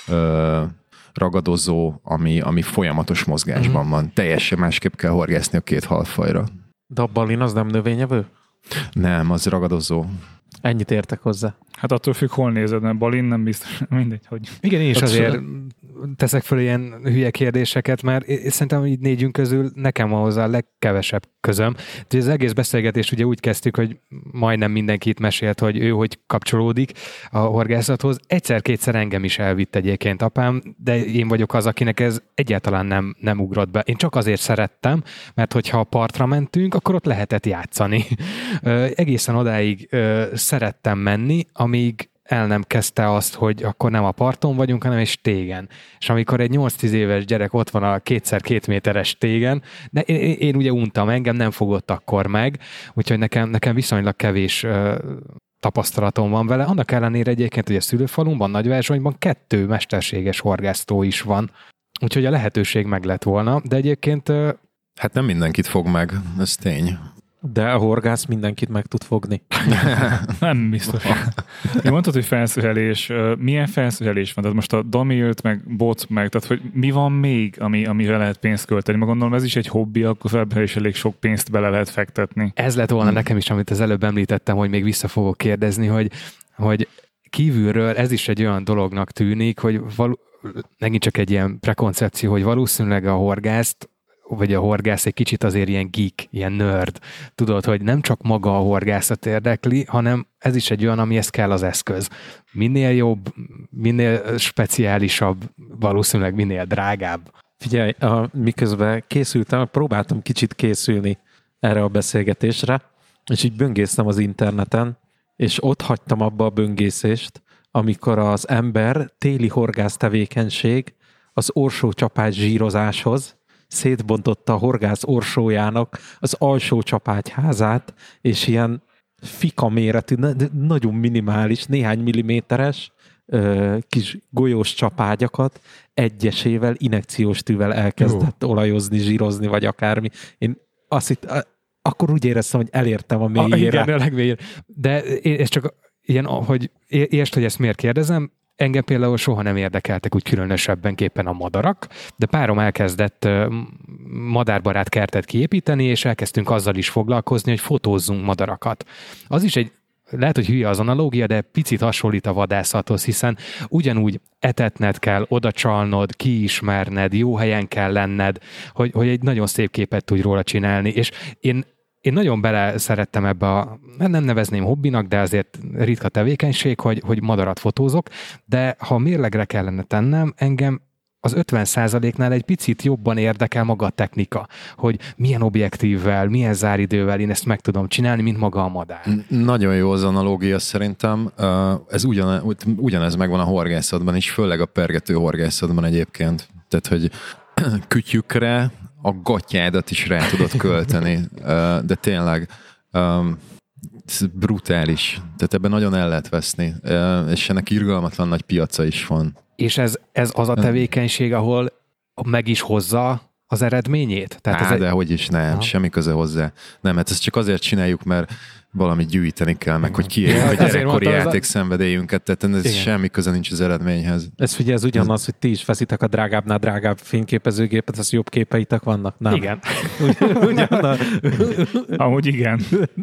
ragadozó, ami, ami folyamatos mozgásban uh-huh. van. Teljesen másképp kell horgászni a két halfajra. De a balin az nem növényevő? Nem, az ragadozó. Ennyit értek hozzá. Hát attól függ, hol nézed, mert balin nem biztos, mindegy, hogy... Igen, én is azért szóval... teszek föl ilyen hülye kérdéseket, mert én szerintem így négyünk közül nekem van hozzá a legkevesebb közöm. De az egész beszélgetést ugye úgy kezdtük, hogy majdnem mindenkit mesélt, hogy ő hogy kapcsolódik a horgászathoz. Egyszer-kétszer engem is elvitt egyébként apám, de én vagyok az, akinek ez egyáltalán nem, nem ugrott be. Én csak azért szerettem, mert hogyha a partra mentünk, akkor ott lehetett játszani. Egészen odáig szerettem menni, amíg el nem kezdte azt, hogy akkor nem a parton vagyunk, hanem egy stégen. És amikor egy nyolc-tíz éves gyerek ott van a kétszer két méteres stégen, de én, én, én ugye untam, engem nem fogott akkor meg, úgyhogy nekem, nekem viszonylag kevés uh, tapasztalatom van vele. Annak ellenére egyébként, hogy a szülőfalumban, Nagyverzsonyban kettő mesterséges horgásztó is van. Úgyhogy a lehetőség meg lett volna, de egyébként... Uh, hát nem mindenkit fog meg, ez tény. De a horgász mindenkit meg tud fogni. Nem biztos. Én mondtad, hogy felszerelés. Milyen felszerelés van? Tehát most a damilt, meg bot, meg, tehát hogy mi van még, ami, amire lehet pénzt költeni? Meg gondolom, ez is egy hobbi, akkor ebben is elég sok pénzt bele lehet fektetni. Ez lett volna hmm. nekem is, amit az előbb említettem, hogy még vissza fogok kérdezni, hogy, hogy kívülről ez is egy olyan dolognak tűnik, hogy való, megint csak egy ilyen prekoncepció, hogy valószínűleg a horgászt vagy a horgász egy kicsit azért ilyen geek, ilyen nerd. Tudod, hogy nem csak maga a horgászat érdekli, hanem ez is egy olyan, amihez kell az eszköz. Minél jobb, minél speciálisabb, valószínűleg minél drágább. Figyelj, a, miközben készültem, próbáltam kicsit készülni erre a beszélgetésre, és így böngésztem az interneten, és ott hagytam abba a böngészést, amikor az ember téli horgász tevékenység az orsócsapágy zsírozáshoz szétbontotta a horgász orsójának az alsó csapágyházát, és ilyen fika méretű, nagyon minimális, néhány milliméteres ö, kis golyós csapágyakat egyesével, injekciós tűvel elkezdett Jó. olajozni, zsírozni, vagy akármi. Én azt itt, akkor úgy éreztem, hogy elértem a mélyére. Igen, a legmélyére. De ez csak ilyen, hogy értsd, hogy ezt miért kérdezem, engem például soha nem érdekeltek úgy különösebbenképpen a madarak, de párom elkezdett madárbarát kertet kiépíteni, és elkezdtünk azzal is foglalkozni, hogy fotózzunk madarakat. Az is egy, lehet, hogy hülye az analógia, de picit hasonlít a vadászathoz, hiszen ugyanúgy etetned kell, odacsalnod, kiismerned, jó helyen kell lenned, hogy, hogy egy nagyon szép képet tudj róla csinálni, és én Én nagyon bele szerettem ebbe a, nem nevezném hobbinak, de azért ritka tevékenység, hogy, hogy madarat fotózok, de ha mérlegre kellene tennem, engem az ötven százaléknál egy picit jobban érdekel maga a technika, hogy milyen objektívvel, milyen záridővel én ezt meg tudom csinálni, mint maga a madár. Nagyon jó az analógia szerintem. Ez ugyan, ugyanez megvan a horgászatban is, főleg a pergető horgászatban egyébként. Tehát, hogy kütyükre a gatyádat is rá tudod költeni, de tényleg ez brutális. Tehát ebben nagyon el lehet veszni, és ennek irgalmatlan nagy piaca is van. És ez, ez az a tevékenység, ahol meg is hozza az eredményét? Tehát Á, ez egy... de hogy is nem, ha. semmi köze hozzá. Nem, hát ezt csak azért csináljuk, mert valamit gyűjteni kell, meg hogy kiérjük a gyerekkori játékszenvedélyünket, tehát ez igen. semmi köze nincs az eredményhez. Ez figyelj, ez ugyanaz, hogy ti is veszitek a drágábbnál drágább fényképezőgépet, az jobb képeitek vannak? Nem. Igen. Ugyanaz. Amúgy igen.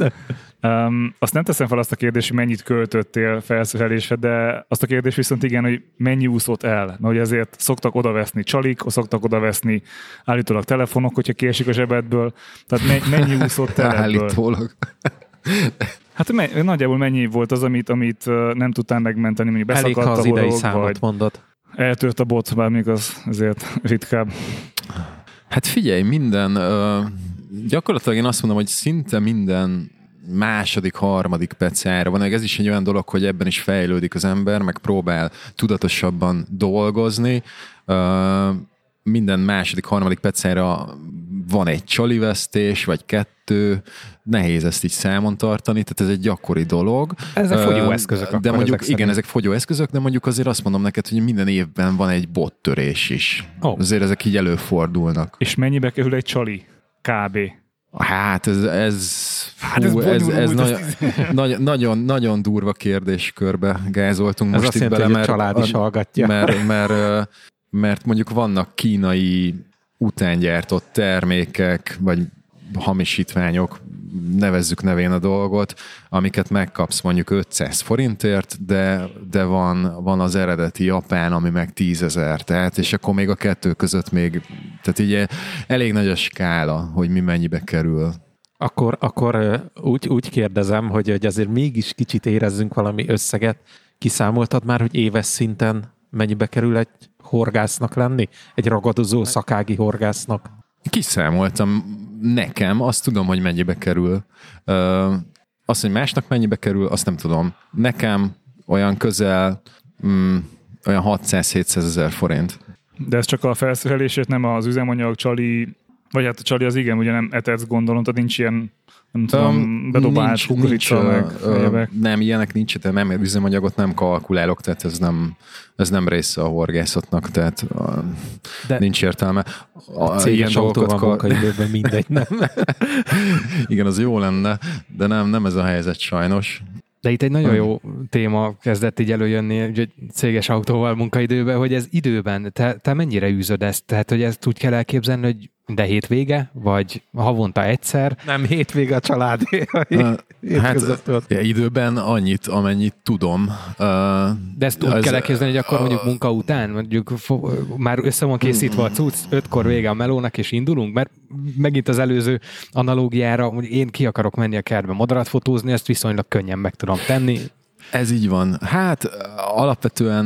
Um, azt nem teszem fel azt a kérdést, hogy mennyit költöttél felszerelésre, de azt a kérdést viszont igen, hogy mennyi úszott el. Na, hogy azért szoktak odaveszni csalik, szoktak odaveszni állítólag telefonok, hogyha kiesik a zsebedből. Tehát me- mennyi úszott el ebből? Állítólag. Hát me- nagyjából mennyi volt az, amit, amit nem tudtál megmenteni, mondjuk beszakadt elég, ha az a idei horog, számot vagy mondod. eltört a bot, bár még az azért ritkább. Hát figyelj, minden, uh, gyakorlatilag én azt mondom, hogy szinte minden második, harmadik pecára van. Ez is egy olyan dolog, hogy ebben is fejlődik az ember, meg próbál tudatosabban dolgozni. Uh, minden második, harmadik pecára van egy csalivesztés, vagy kettő, nehéz ezt így számon tartani, tehát ez egy gyakori dolog. Ezek fogyóeszközök. De mondjuk, ezek igen, ezek fogyóeszközök, de mondjuk azért azt mondom neked, hogy minden évben van egy bottörés is. Oh. Azért ezek így előfordulnak. És mennyibe kerül egy csali? Kb. Hát ez, ez, hát fú, ez, ez, ez nagyon, nagyon, nagyon, nagyon durva kérdéskörbe gázoltunk ez most itt bele, mert, a család is hallgatja. Mert, mert, mert mondjuk vannak kínai utángyártott termékek, vagy hamisítványok, nevezzük nevén a dolgot, amiket megkapsz mondjuk ötszáz forintért, de, de van, van az eredeti japán, ami meg tízezer, tehát, és akkor még a kettő között még, tehát így elég nagy a skála, hogy mi mennyibe kerül. Akkor, akkor úgy, úgy kérdezem, hogy, hogy azért mégis kicsit érezzünk valami összeget. Kiszámoltad már, hogy éves szinten mennyibe kerül egy horgásznak lenni? Egy ragadozó szakági horgásznak? Kiszámoltam. Nekem azt tudom, hogy mennyibe kerül. Ö, azt, hogy másnak mennyibe kerül, azt nem tudom. Nekem olyan közel mm, olyan hatszáz-hétszáz ezer forint. De ez csak a felszerelését, nem az üzemanyag, csali, vagy hát a csali az igen, ugye nem etetsz gondolom, tehát nincs ilyen, nem tudom, um, bedobált kukorica, meg ö, nem, ilyenek nincs, de nem, üzemanyagot nem kalkulálok, tehát ez nem, ez nem része a horgászatnak, tehát de nincs értelme. A céges autóval kal... munkaidőben mindegy, nem? Igen, az jó lenne, de nem, nem ez a helyzet sajnos. De itt egy nagyon jó téma kezdett így előjönni egy céges autóval munkaidőben, hogy ez időben, te, te mennyire űzöd ezt? Tehát, hogy ezt úgy kell elképzelni, hogy de hétvége, vagy havonta egyszer? Nem, hétvége a családé. Hát ja, időben annyit, amennyit tudom. De ezt úgy kell elképzelni, hogy akkor mondjuk munka után, mondjuk fo- már össze van készítve a cucc, ötkor vége a melónak, és indulunk, mert megint az előző analógiára, hogy én ki akarok menni a kertbe madarat fotózni, ezt viszonylag könnyen meg tudom tenni. Ez így van. Hát alapvetően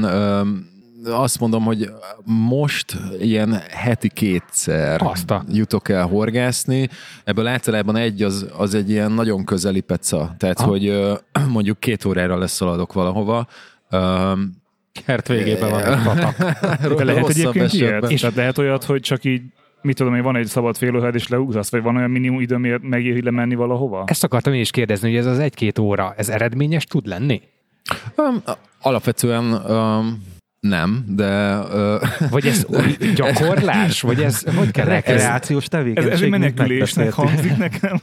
azt mondom, hogy most ilyen heti kétszer Azta. jutok el horgászni. Ebből általában egy az, az egy ilyen nagyon közeli peca. Tehát, ha. hogy mondjuk két órára leszaladok valahova. Kert végében van egy patak. De lehet egyébként ilyet? És lehet olyat, hogy csak így mit tudom én, van egy szabad félórád, és leúzasz, vagy van olyan minimum idő, miért megér, hogy lemenni valahova? Ezt akartam én is kérdezni, hogy ez az egy-két óra, ez eredményes tud lenni? Um, alapvetően um, nem, de... Uh, vagy ez gyakorlás? Vagy ez hogy kell rekreációs tevékenység? Ez, ez egy menekülésnek hangzik nekem.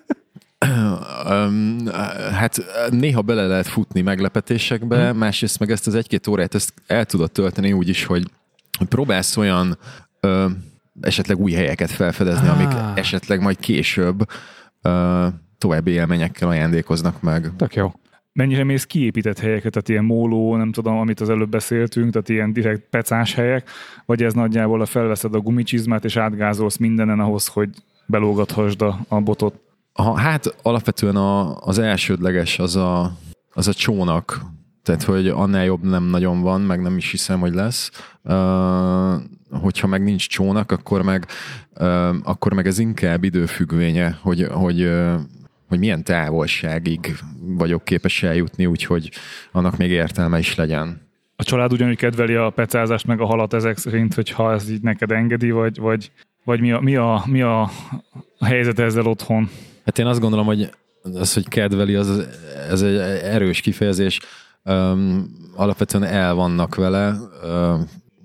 Um, hát néha bele lehet futni meglepetésekbe, hmm. másrészt meg ezt az egy-két órát ezt el tudod tölteni úgy is, hogy próbálsz olyan uh, esetleg új helyeket felfedezni, ah. amik esetleg majd később uh, további élményekkel ajándékoznak meg. Tök jó. Mennyire mész kiépített helyeket, tehát ilyen móló, nem tudom, amit az előbb beszéltünk, tehát ilyen direkt pecás helyek, vagy ez nagyjából a felveszed a gumicsizmát, és átgázolsz mindenen ahhoz, hogy belógathasd a, a botot? Ha, hát alapvetően a, az elsődleges az a, az a csónak, tehát hogy annál jobb nem nagyon van, meg nem is hiszem, hogy lesz. Uh, hogyha meg nincs csónak, akkor meg, akkor meg ez inkább időfüggvénye, hogy, hogy, hogy milyen távolságig vagyok képes eljutni, úgyhogy annak még értelme is legyen. A család ugyanúgy kedveli a pecázást meg a halat ezek szerint, hogyha ez így neked engedi, vagy, vagy, vagy mi, a, mi, a, mi a, a helyzet ezzel otthon? Hát én azt gondolom, hogy az, hogy kedveli, az, ez egy erős kifejezés. Um, alapvetően el vannak vele. Uh,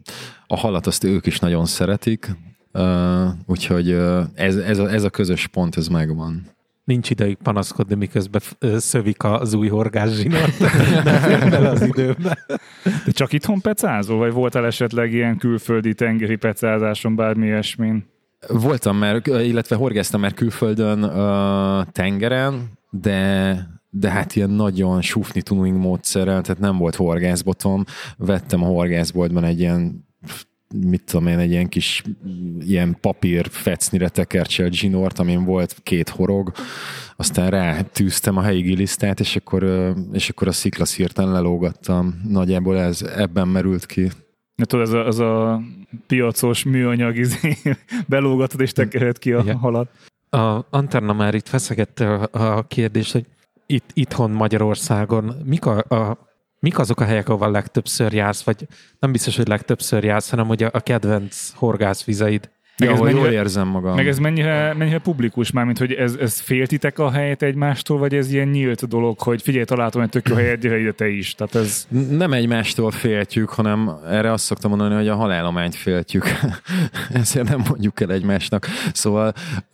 a halat azt ők is nagyon szeretik, uh, úgyhogy uh, ez, ez, a, ez a közös pont, ez megvan. Nincs idejük panaszkodni, miközben szövik az új horgászsinort. Nem fér bele az időben. De csak itthon pecázol, vagy voltál esetleg ilyen külföldi tengeri pecázáson, bármi ilyesmin? Voltam már, illetve horgáztam már külföldön uh, tengeren, de, de hát ilyen nagyon sufni tuning módszerrel, tehát nem volt horgászbotom. Vettem a horgászboltban egy ilyen, mit tudom én, egy ilyen kis ilyen papír fecnire tekercselt zsinort, amin volt két horog, aztán rátűztem a helyi gilisztát, és akkor, és akkor a sziklaszírten lelógattam. Nagyjából ez ebben merült ki. Ja, tudod, ez a, ez a piacos műanyag izé, belógatod és tekered ki a igen. halat. A Antenna már itt feszegette a, a kérdést, hogy itt, itthon Magyarországon mik, a, a, mik azok a helyek, ahol legtöbbször jársz, vagy nem biztos, hogy legtöbbször jársz, hanem hogy a, a kedvenc horgászvizeid. Ja, ez mennyire, mennyire, jól érzem magam. Meg ez mennyire, mennyire publikus már, mint hogy ez, ez féltitek a helyet egymástól, vagy ez ilyen nyílt dolog, hogy figyelj, találtam egy tök jó helyet, gyere ide te is. Tehát ez... Nem egymástól féltjük, hanem erre azt szoktam mondani, hogy a halálományt féltjük. Ezért nem mondjuk el egymásnak. Szóval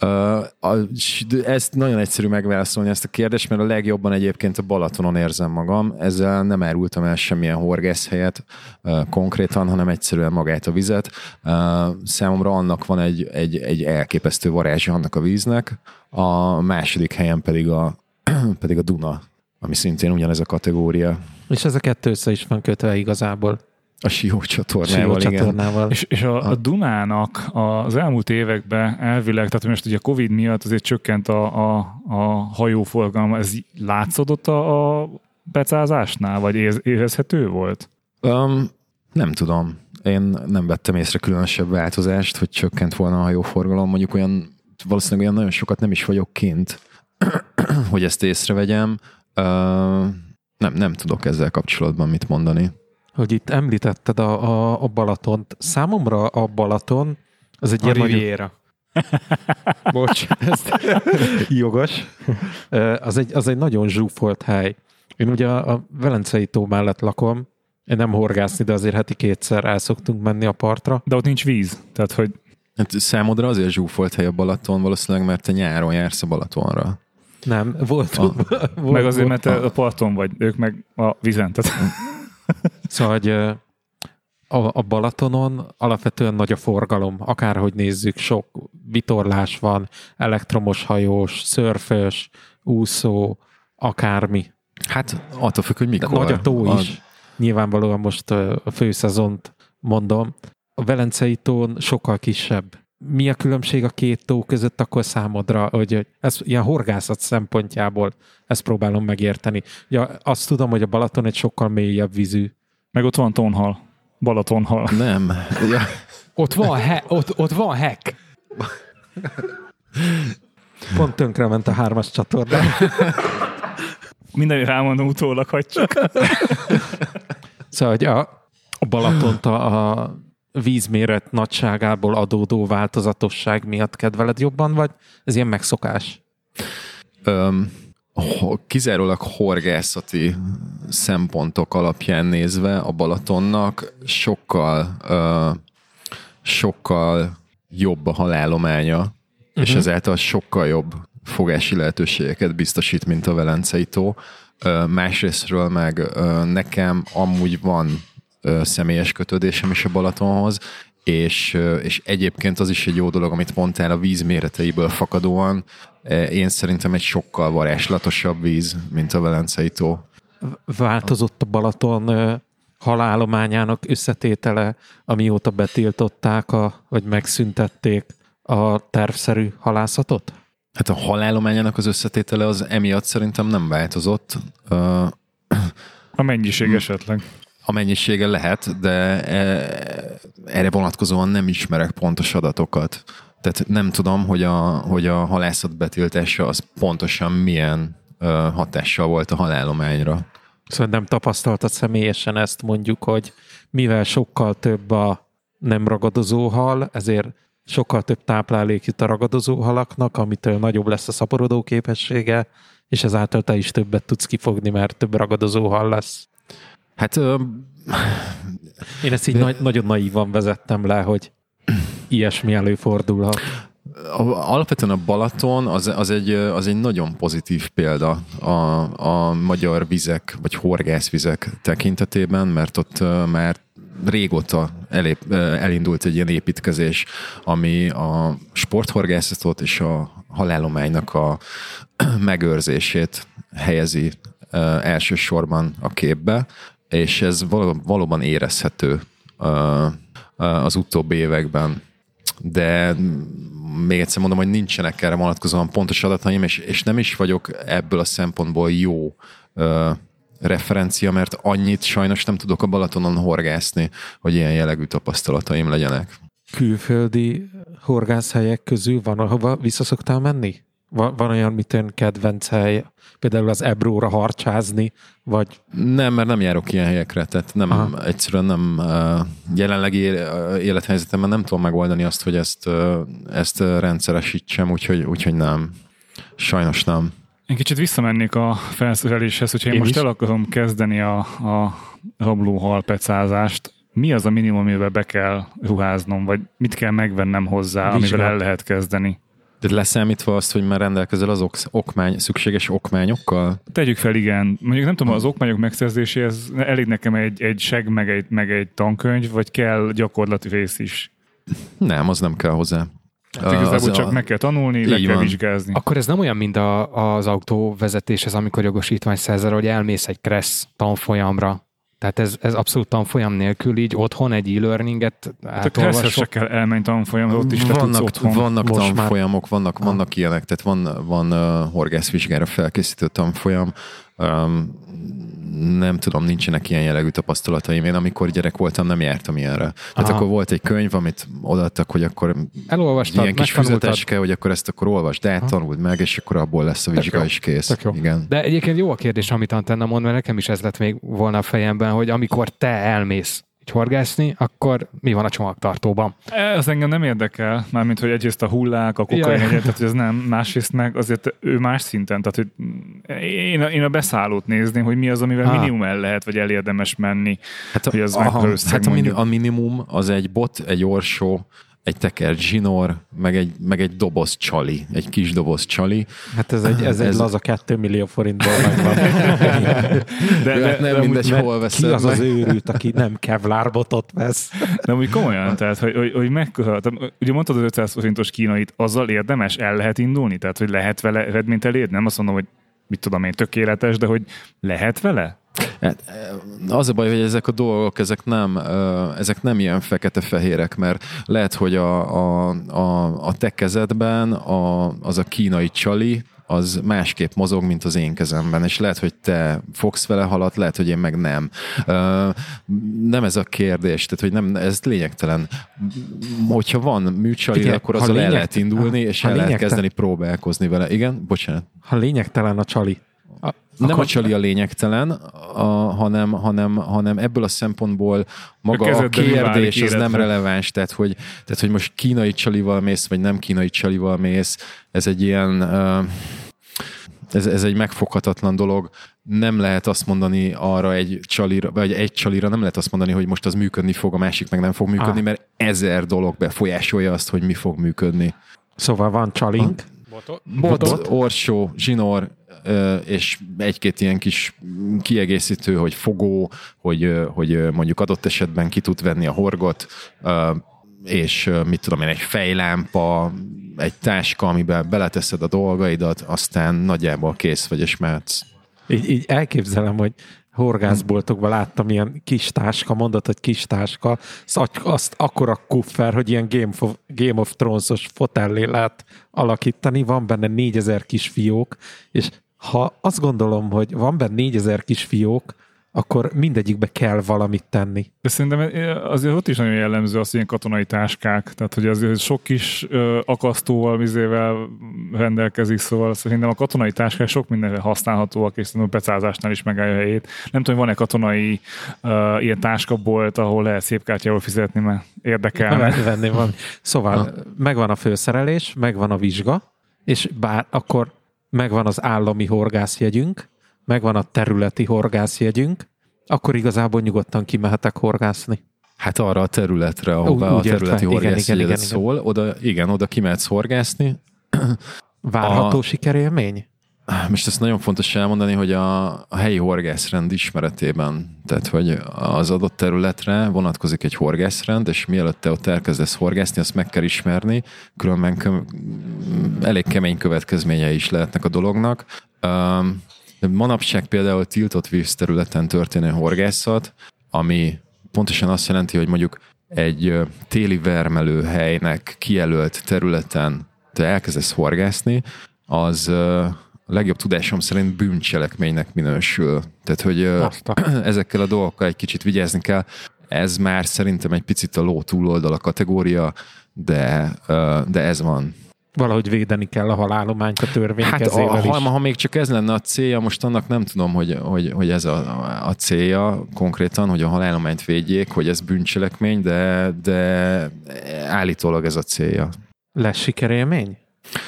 uh, ezt nagyon egyszerű megválaszolni ezt a kérdést, mert a legjobban egyébként a Balatonon érzem magam. Ezzel nem árultam el semmilyen horgászhelyet uh, konkrétan, hanem egyszerűen magát a vizet. Uh, számomra annak van egy, egy, egy elképesztő varázsa annak a víznek, a második helyen pedig a, pedig a Duna, ami szintén ugyanez a kategória. És ez a kettő össze is van kötve igazából. A Sió csatornával, igen. csatornával. És, és a, a Dunának az elmúlt években elvileg, tehát most ugye a Covid miatt azért csökkent a, a, a hajóforgalma, ez látszódott a, a pecázásnál, vagy érezhető volt? Um, nem tudom. Én nem vettem észre különösebb változást, hogy csökkent volna a hajóforgalom. Mondjuk olyan, valószínűleg olyan nagyon sokat nem is vagyok kint, hogy ezt észrevegyem. Uh, nem, nem tudok ezzel kapcsolatban mit mondani. Hogy itt említetted a, a, a Balatont. Számomra a Balaton az egy a ilyen Riviera. Nagyon... Bocs, ez jogos. Az egy, az egy nagyon zsúfolt hely. Én ugye a Velencei tó mellett lakom, én nem horgászni, de azért heti kétszer el szoktunk menni a partra. De ott nincs víz, tehát hogy... Hát számodra azért zsúfolt hely a Balaton, valószínűleg, mert te nyáron jársz a Balatonra. Nem, volt. Ah. volt meg azért, volt, mert a parton vagy, ők meg a vízen. Tehát... Szóval, hogy a, a Balatonon alapvetően nagy a forgalom, akárhogy nézzük, sok vitorlás van, elektromos hajós, szörfös, úszó, akármi. Hát attól függ, hogy mikor. Nagy a tó a... is. Nyilvánvalóan most a főszezont mondom. A Velencei tón sokkal kisebb. Mi a különbség a két tó között akkor számodra, hogy ez ilyen horgászat szempontjából ezt próbálom megérteni. Ja, azt tudom, hogy a Balaton egy sokkal mélyebb vízű. Meg ott van tonhal. Balatonhal. Nem. Ja. Ott van, he, ott, ott van hack. Pont tönkrement a hármas csatorna. Minden rámondom utólag, hagy csak. Szóval, hogy a, a Balatont a, a vízméret nagyságából adódó változatosság miatt kedveled jobban, vagy ez ilyen megszokás? Öm, kizárólag horgászati szempontok alapján nézve a Balatonnak sokkal ö, sokkal jobb a halállománya, uh-huh. és ezáltal sokkal jobb fogási lehetőségeket biztosít, mint a Velencei tó. Másrésztről meg nekem amúgy van személyes kötődésem is a Balatonhoz, és, és egyébként az is egy jó dolog, amit mondtál, a víz méreteiből fakadóan. Én szerintem egy sokkal varázslatosabb víz, mint a Velencei tó. Változott a Balaton halállományának összetétele, amióta betiltották, a, vagy megszüntették a tervszerű halászatot? Hát a halállományának az összetétele az emiatt szerintem nem változott. A mennyiség esetleg. a mennyisége lehet, de erre vonatkozóan nem ismerek pontos adatokat. Tehát nem tudom, hogy a, hogy a halászat betiltása az pontosan milyen uh, hatással volt a halálományra. Szóval nem tapasztaltad személyesen ezt, mondjuk, hogy mivel sokkal több a nem ragadozó hal, ezért sokkal több táplálék jut a ragadozó halaknak, amitől nagyobb lesz a szaporodó képessége, és ezáltal te is többet tudsz kifogni, mert több ragadozó hal lesz. Hát... Ö... Én ezt így de... na- nagyon naívan vezettem le, hogy ilyesmi előfordulhat. Alapvetően a Balaton az, az, egy, az egy nagyon pozitív példa a, a magyar vizek, vagy horgászvizek tekintetében, mert ott már régóta elép, elindult egy ilyen építkezés, ami a sporthorgászatot és a halálománynak a megőrzését helyezi elsősorban a képbe, és ez valóban érezhető az utóbbi években. De még egyszer mondom, hogy nincsenek erre vonatkozóan pontos adataim, és, és nem is vagyok ebből a szempontból jó ö, referencia, mert annyit sajnos nem tudok a Balatonon horgászni, hogy ilyen jellegű tapasztalataim legyenek. Külföldi horgászhelyek közül van, ahova vissza szoktál menni? Van, van olyan, mit ön kedvenc hely, például az Ebróra harcsázni, vagy... Nem, mert nem járok ilyen helyekre, tehát nem, Aha. egyszerűen nem jelenlegi élethelyzetemben nem tudom megoldani azt, hogy ezt, ezt rendszeresítsem, úgyhogy, úgyhogy nem. Sajnos nem. Én kicsit visszamennék a felszereléshez, hogyha én, én most is? el akarom kezdeni a, a rablóhal pecázást, mi az a minimum, amivel be kell ruháznom, vagy mit kell megvennem hozzá, Vizsgát. amivel el lehet kezdeni? De leszámítva azt, hogy már rendelkezel az ok- okmány, szükséges okmányokkal? Tegyük fel, igen. Mondjuk nem tudom, az okmányok megszerzéséhez elég nekem egy, egy seg, meg egy, meg egy tankönyv, vagy kell gyakorlati rész is? Nem, az nem kell hozzá. Hát igazából csak a... meg kell tanulni, le kell van. vizsgázni. Akkor ez nem olyan, mint a, az autóvezetéshez, amikor jogosítvány szerzel, hogy elmész egy kressz tanfolyamra. Tehát ez, ez abszolút tanfolyam nélkül így otthon egy e-learninget átolvasok. Hát se kell elmenni tanfolyamra, ott is le tudsz otthon. Vannak Most tanfolyamok, vannak, vannak ilyenek, tehát van, van uh, horgászvizsgára felkészítő tanfolyam. Um, nem tudom, nincsenek ilyen jellegű tapasztalataim. Én amikor gyerek voltam, nem jártam ilyenre. Tehát akkor volt egy könyv, amit odaadtak, hogy akkor elolvastad, ilyen kis füzeteske, hogy akkor ezt akkor olvasd át, tanuld meg, és akkor abból lesz a vizsga is kész. Igen. De egyébként jó a kérdés, amit Antenna mond, mert nekem is ez lett még volna a fejemben, hogy amikor te elmész horgászni, akkor mi van a csomagtartóban? Ez engem nem érdekel, mármint, hogy egyrészt a hullák, a kokain egyet, tehát hogy ez nem, másrészt meg azért ő más szinten, tehát hogy én a, én a beszállót nézném, hogy mi az, amivel ah. minimum el lehet, vagy elérdemes menni. Hát, hogy az aha, hát a, minimum, a minimum az egy bot, egy orsó, egy teker zsinór, meg egy, meg egy doboz csali, egy kis doboz csali. Hát ez egy, ez, ez egy laza kettő millió forintból megvan. de, de, de nem mindegy, hol veszed. Ki az az őrült, aki nem kevlárbotot vesz? De úgy komolyan, tehát, hogy, hogy, hogy mekkora, ugye mondtad az ötszáz forintos kínait, azzal érdemes, el lehet indulni? Tehát, hogy lehet vele eredményt elérni? Nem azt mondom, hogy mit tudom én, tökéletes, de hogy lehet vele? Hát, az a baj, hogy ezek a dolgok, ezek nem, ezek nem ilyen fekete-fehérek, mert lehet, hogy a, a, a, a te kezedben a, az a kínai csali, az másképp mozog, mint az én kezemben, és lehet, hogy te fogsz vele halat, lehet, hogy én meg nem. Nem ez a kérdés, tehát, hogy nem, ez lényegtelen. Hogyha van műcsali, igen, akkor azzal lényeg... el lehet indulni, és el lehet kezdeni próbálkozni vele. Igen? Bocsánat. Ha lényegtelen a csali, A, nem akkor... a csali a lényegtelen, a, hanem, hanem, hanem ebből a szempontból maga a, a kérdés az nem releváns, tehát hogy, tehát hogy most kínai csalival mész, vagy nem kínai csalival mész, ez egy ilyen, ez, ez egy megfoghatatlan dolog. Nem lehet azt mondani arra egy csalira, vagy egy csalira nem lehet azt mondani, hogy most az működni fog, a másik meg nem fog működni, ah. mert ezer dolog befolyásolja azt, hogy mi fog működni. Szóval van csalink. Botot, Botot orsó, zsinór, és egy-két ilyen kis kiegészítő, hogy fogó, hogy, hogy mondjuk adott esetben ki tud venni a horgot, és mit tudom én, egy fejlámpa, egy táska, amiben beleteszed a dolgaidat, aztán nagyjából kész vagy, és mehetsz. Így, így elképzelem, hogy horgászboltokban láttam ilyen kis táska, mondat, hogy kis táska, azt, azt akkora kuffer, hogy ilyen Game of, Game of Thrones-os fotellé lehet alakítani, van benne négyezer kis fiók, és ha azt gondolom, hogy van benne négyezer kis fiók, akkor mindegyikbe kell valamit tenni. De szerintem azért ott is nagyon jellemző az ilyen katonai táskák, tehát hogy azért sok kis ö, akasztóval, vizével rendelkezik, szóval szerintem a katonai táskák sok mindenre használhatóak, és szerintem a pecázásnál is megállja a helyét. Nem tudom, van-e katonai ö, ilyen táskabolt, ahol lehet szép kártyával fizetni, mert érdekelne. Venni van. Szóval ha. Megvan a főszerelés, megvan a vizsga, és bár akkor megvan az állami horgászjegyünk, megvan a területi horgászjegyünk, akkor igazából nyugodtan kimehetek horgászni. Hát arra a területre, ahová a területi horgászjegyedet szól, oda, igen, oda kimehetsz horgászni. Várható a... sikerélmény? Most ezt nagyon fontos elmondani, hogy a, a helyi horgászrend ismeretében, tehát hogy az adott területre vonatkozik egy horgászrend, és mielőtt te ott elkezdesz horgászni, azt meg kell ismerni, különben kö- elég kemény következményei is lehetnek a dolognak. Um, manapság például tiltott vízterületen történő horgászat, ami pontosan azt jelenti, hogy mondjuk egy téli vermelőhelynek kijelölt területen te elkezdesz horgászni, az a legjobb tudásom szerint bűncselekménynek minősül. Tehát, hogy Azta. ezekkel a dolgokkal egy kicsit vigyázni kell. Ez már szerintem egy picit a ló túloldala kategória, de, de ez van. Valahogy védeni kell a halállományt a törvénykezével hát a, is. Ha, ha még csak ez lenne a célja, most annak nem tudom, hogy, hogy, hogy ez a, a célja konkrétan, hogy a halállományt védjék, hogy ez bűncselekmény, de, de állítólag ez a célja. Lesz sikerélmény?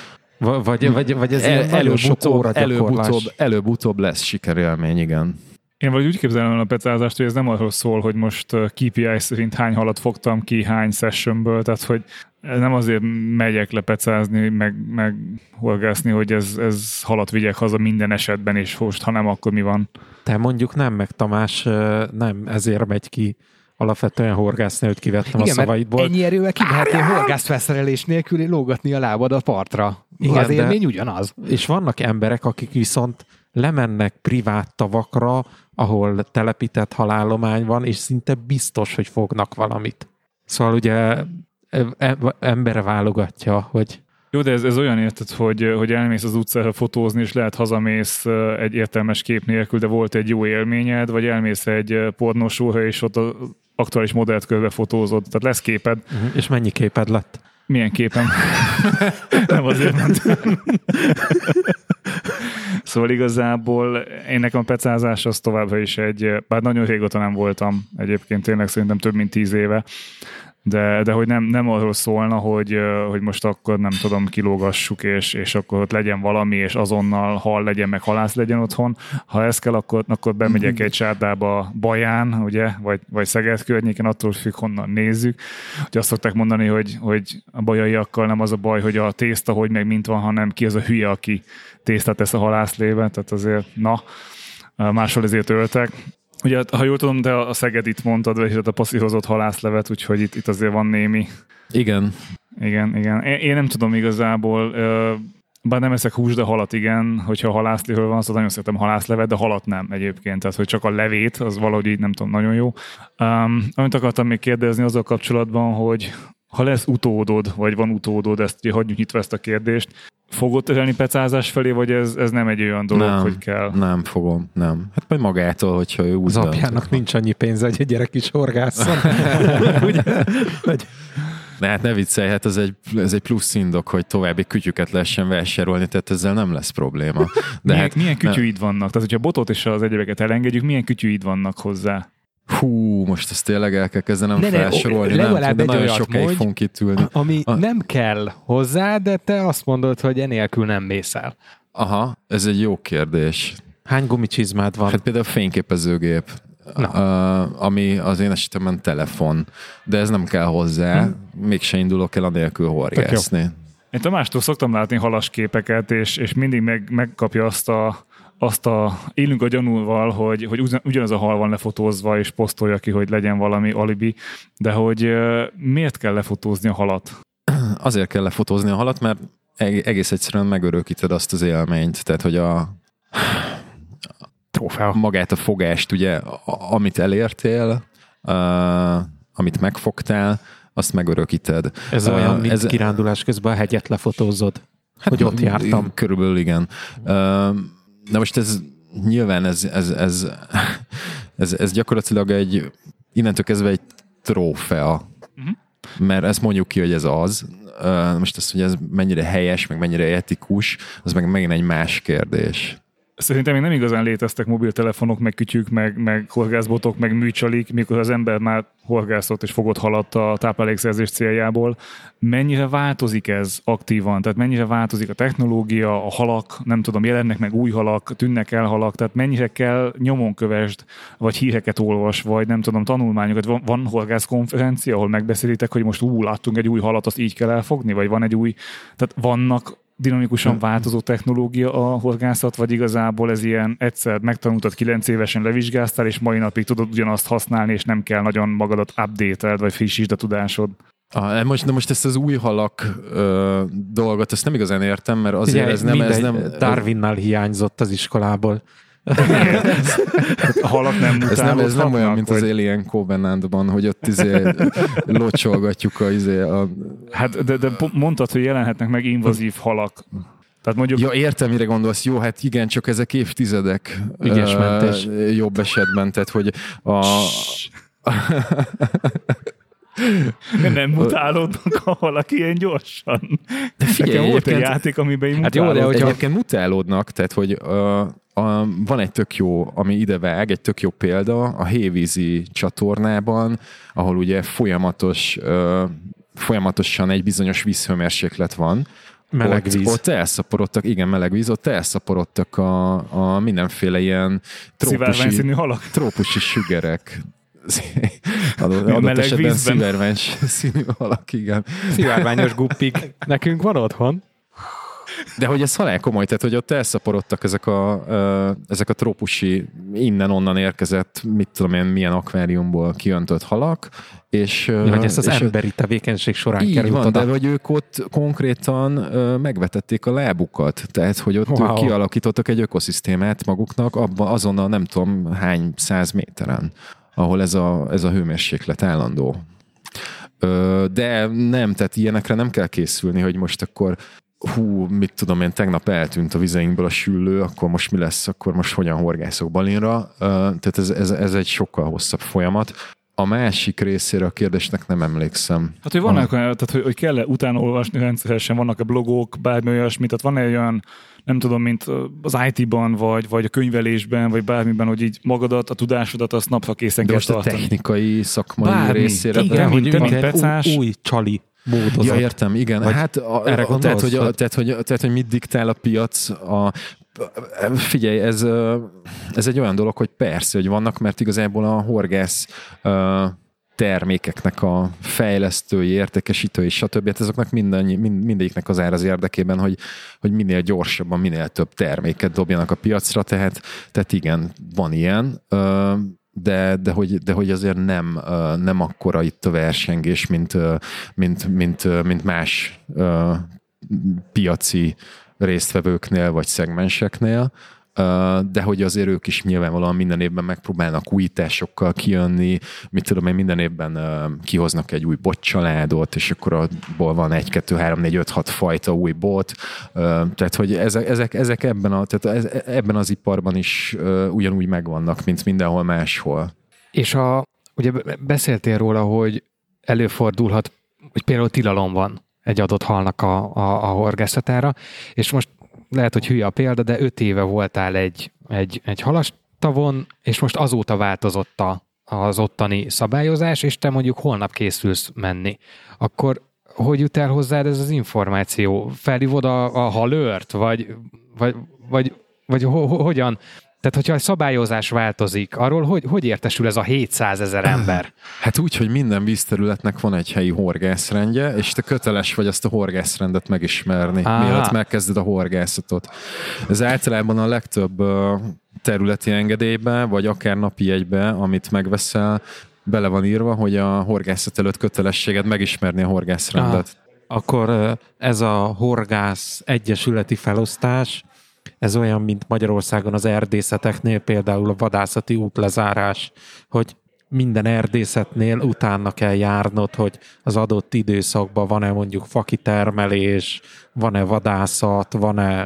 Vagy, vagy, vagy ez El, előbb-utóbb, előbb-utóbb, előbb-utóbb lesz sikerélmény, igen. Én vagy úgy képzelem el a pecázást, hogy ez nem arról szól, hogy most K P I szerint hány halat fogtam ki, hány sessionből, tehát hogy nem azért megyek le pecázni, meg, meg horgászni, hogy ez, ez halat vigyek haza minden esetben, és most, ha nem, akkor mi van? Te mondjuk nem, meg Tamás nem ezért megy ki alapvetően horgászni, hogy kivettem igen, a szavaidból. Ennyi erővel kimehetnél horgászfelszerelés nélkül lógatni a lábad a partra. Igen, az élmény ugyanaz. És vannak emberek, akik viszont lemennek privát tavakra, ahol telepített halállomány van, és szinte biztos, hogy fognak valamit. Szóval ugye embere válogatja, hogy... Jó, de ez, ez olyan érted, hogy, hogy elmész az utcára fotózni, és lehet hazamész egy értelmes kép nélkül, de volt egy jó élményed, vagy elmész egy pornósóra, és ott az aktuális modellt körbe fotózod. Tehát lesz képed. Uh-huh. És mennyi képed lett? Milyen képem? Nem azért mentem. Szóval igazából én nekem a pecázás az továbbra is egy, bár nagyon régóta nem voltam, egyébként tényleg szerintem több mint tíz éve, de, de hogy nem, nem arról szólna, hogy, hogy most akkor nem tudom, kilógassuk, és, és akkor ott legyen valami, és azonnal hal legyen, meg halász legyen otthon. Ha ez kell, akkor, akkor bemegyek egy csárdába Baján, ugye, vagy, vagy Szeged környéken, attól függ, honnan nézzük. Ugye azt szokták mondani, hogy, hogy a bajaiakkal nem az a baj, hogy a tészta hogy meg mint van, hanem ki az a hülye, aki tésztát tesz a halászlébe, tehát azért, na, máshol ezért öltek. Ugye, ha jól tudom, de a Szegedit mondtad, vagy a passzírozott halászlevet, úgyhogy itt, itt azért van némi... Igen. Igen, igen. Én, én nem tudom igazából, bár nem eszek hús, de halat igen, hogyha halászléről van, szóval nagyon szeretem halászlevet, de halat nem egyébként, tehát hogy csak a levét, az valahogy így nem tudom, nagyon jó. Um, amit akartam még kérdezni azzal kapcsolatban, hogy ha lesz utódod, vagy van utódod, ezt ugye hagyjuk nyitva ezt a kérdést, fogod terelni pecázás felé, vagy ez, ez nem egy olyan dolog, nem, hogy kell? Nem fogom, nem. Hát majd magától, hogyha ő úgy az apjának nincs annyi pénze, hogy egy gyerek is horgásszon. Ugye? De hát ne viccelj, hát ez egy, ez egy plusz indok, hogy további kütyüket lehessen vásárolni, tehát ezzel nem lesz probléma. De milyen, hát, milyen kütyűid vannak? Tehát, hogyha botot és az egyebeket elengedjük, milyen kütyűid vannak hozzá? Hú, most ezt tényleg el kell kezdenem ne, felsorolni, ne, nem, de nagyon sokáig fogunk itt ülni. Ami a... nem kell hozzá, de te azt mondod, hogy enélkül nem mész el. Aha, ez egy jó kérdés. Hány gumicsizmád van? Hát például fényképezőgép, uh, ami az én esetemben telefon, de ez nem kell hozzá, hm. mégse indulok el anélkül horgászni. Én Tamástól szoktam látni halasképeket, és, és mindig meg, megkapja azt a azt a, élünk a gyanúval, hogy, hogy ugyanaz a hal van lefotózva, és posztolja ki, hogy legyen valami alibi, de hogy uh, miért kell lefotózni a halat? Azért kell lefotózni a halat, mert egész egyszerűen megörökíted azt az élményt, tehát hogy a trófea, magát a fogást, ugye, amit elértél, uh, amit megfogtál, azt megörökíted. Ez uh, olyan, mint ez, kirándulás közben a hegyet lefotózod, hát hogy ott jártam. Körülbelül igen. Uh, Na most ez nyilván ez, ez, ez Ez, ez gyakorlatilag egy, innentől kezdve egy trófea. Uh-huh. Mert ezt mondjuk ki, hogy ez az. Most az, hogy ez mennyire helyes, meg mennyire etikus, az meg megint egy más kérdés. Szerintem még nem igazán léteztek mobiltelefonok, meg kütyük, meg, meg horgászbotok, meg műcsalik, mikor az ember már horgászott és fogott halat a táplálékszerzés céljából. Mennyire változik ez aktívan? Tehát mennyire változik a technológia, a halak, nem tudom, jelennek meg új halak, tűnnek el halak, tehát mennyire kell nyomon kövesd, vagy híreket olvas, vagy nem tudom, tanulmányokat. Van, van horgászkonferencia, ahol megbeszélitek, hogy most ú, láttunk egy új halat, azt így kell elfogni, vagy van egy új, tehát vannak dinamikusan változó technológia a horgászat, vagy igazából ez ilyen egyszer megtanultad, kilenc évesen levizsgáztál, és mai napig tudod ugyanazt használni, és nem kell nagyon magadat update-eld, vagy frissítsd a tudásod. Ah, most, de most ezt az új halak ö, dolgot, ezt nem igazán értem, mert azért ugye, ez nem... Ez nem Darwinnal hiányzott az iskolából. A halak nem ez nem, ez nem olyan, mint vagy... az Alien Covenantban, hogy ott izé locsolgatjuk a, izé a... Hát, de, de mondtad, hogy jelenhetnek meg invazív halak. Tehát mondjuk... Ja, értem, mire gondolsz. Jó, hát igen, csak ezek évtizedek ügyesmentes. Uh, jobb esetben, tehát hogy a... Nem mutálódnak a halak ilyen gyorsan. De figyelj, nekem volt egy játék, amiben így hát jó, de hogyha... Egyébként mutálódnak, tehát hogy uh, a, van egy tök jó, ami ide vág, egy tök jó példa, a hévízi csatornában, ahol ugye folyamatos, uh, folyamatosan egy bizonyos vízhőmérséklet van. Meleg víz. Ott, ott elszaporodtak, igen, meleg víz, ott elszaporodtak a, a mindenféle ilyen trópusi, trópusi sügerek. Adott, adott esetben szivárványos színű halak, igen. Szivárványos guppik. Nekünk van otthon. De hogy ez halál komoly, tehát hogy ott elszaporodtak ezek a, ezek a trópusi, innen-onnan érkezett, mit tudom én, milyen akváriumból kiöntött halak, és... Ja, hogy ezt az és emberi tevékenység során így került van, oda. de hogy ők ott konkrétan megvetették a lábukat, tehát hogy ott wow. ők kialakítottak egy ökoszisztémát maguknak, abban azonnal nem tudom hány száz méteren, ahol ez a, ez a hőmérséklet állandó. De nem, tehát ilyenekre nem kell készülni, hogy most akkor hú, mit tudom én, tegnap eltűnt a vizeinkből a süllő, akkor most mi lesz, akkor most hogyan horgászok balinra. Tehát ez, ez, ez egy sokkal hosszabb folyamat. A másik részére a kérdésnek nem emlékszem. Hát, hogy vannak olyan, tehát, hogy, hogy kell-e utána olvasni rendszeresen, vannak-e blogok, bármi olyasmi, tehát van-e olyan, nem tudom, mint az í té-ban, vagy, vagy a könyvelésben, vagy bármiben, hogy így magadat, a tudásodat azt napra készen de kell most tartani. A technikai, szakmai bármi. Részére. Igen, mint, mint, mint pecás. Új csali módozat. Ja, értem, igen. Vagy hát a, erre a, tehát, hogy, a, tehát, hogy, tehát, hogy mit diktál a piac, a, figyelj, ez, ez egy olyan dolog, hogy persze, hogy vannak, mert igazából a horgász termékeknek a fejlesztői, értékesítői, stb. Hát ezeknek minden, mind, mindegyiknek az áll az érdekében, hogy, hogy minél gyorsabban, minél több terméket dobjanak a piacra, tehát, tehát igen, van ilyen, de, de, hogy, de hogy azért nem, nem akkora itt a versengés, mint, mint, mint, mint más piaci résztvevőknél vagy szegmenseknél, de hogy azért ők is nyilvánvalóan minden évben megpróbálnak újításokkal kijönni, mit tudom én, minden évben kihoznak egy új botcsaládot, és akkor abból van egy, kettő, három, négy, öt, hat fajta új bot, tehát hogy ezek, ezek, ezek ebben, a, tehát ebben az iparban is ugyanúgy megvannak, mint mindenhol máshol. És a, ugye beszéltél róla, hogy előfordulhat, hogy például tilalom van egy adott halnak a, a, a horgászatára, és most lehet, hogy hülye a példa, de öt éve voltál egy, egy, egy halastavon, és most azóta változott a, az ottani szabályozás, és te mondjuk holnap készülsz menni. Akkor hogy jut el hozzád ez az információ? Felhívod a, a halőrt? Vagy, vagy, vagy, vagy ho, ho, hogyan? Tehát, hogyha a szabályozás változik, arról hogy, hogy értesül ez a hétszázezer ember? Hát úgy, hogy minden vízterületnek van egy helyi horgászrendje, és te köteles vagy azt a horgászrendet megismerni, ah. mielőtt megkezded a horgászatot. Ez általában a legtöbb területi engedélyben, vagy akár napi jegyben, amit megveszel, bele van írva, hogy a horgászat előtt kötelességed megismerni a horgászrendet. Ah. Akkor ez a horgász egyesületi felosztás, ez olyan, mint Magyarországon az erdészeteknél, például a vadászati útlezárás, hogy minden erdészetnél utána kell járnod, hogy az adott időszakban van-e mondjuk fakitermelés, van-e vadászat, van-e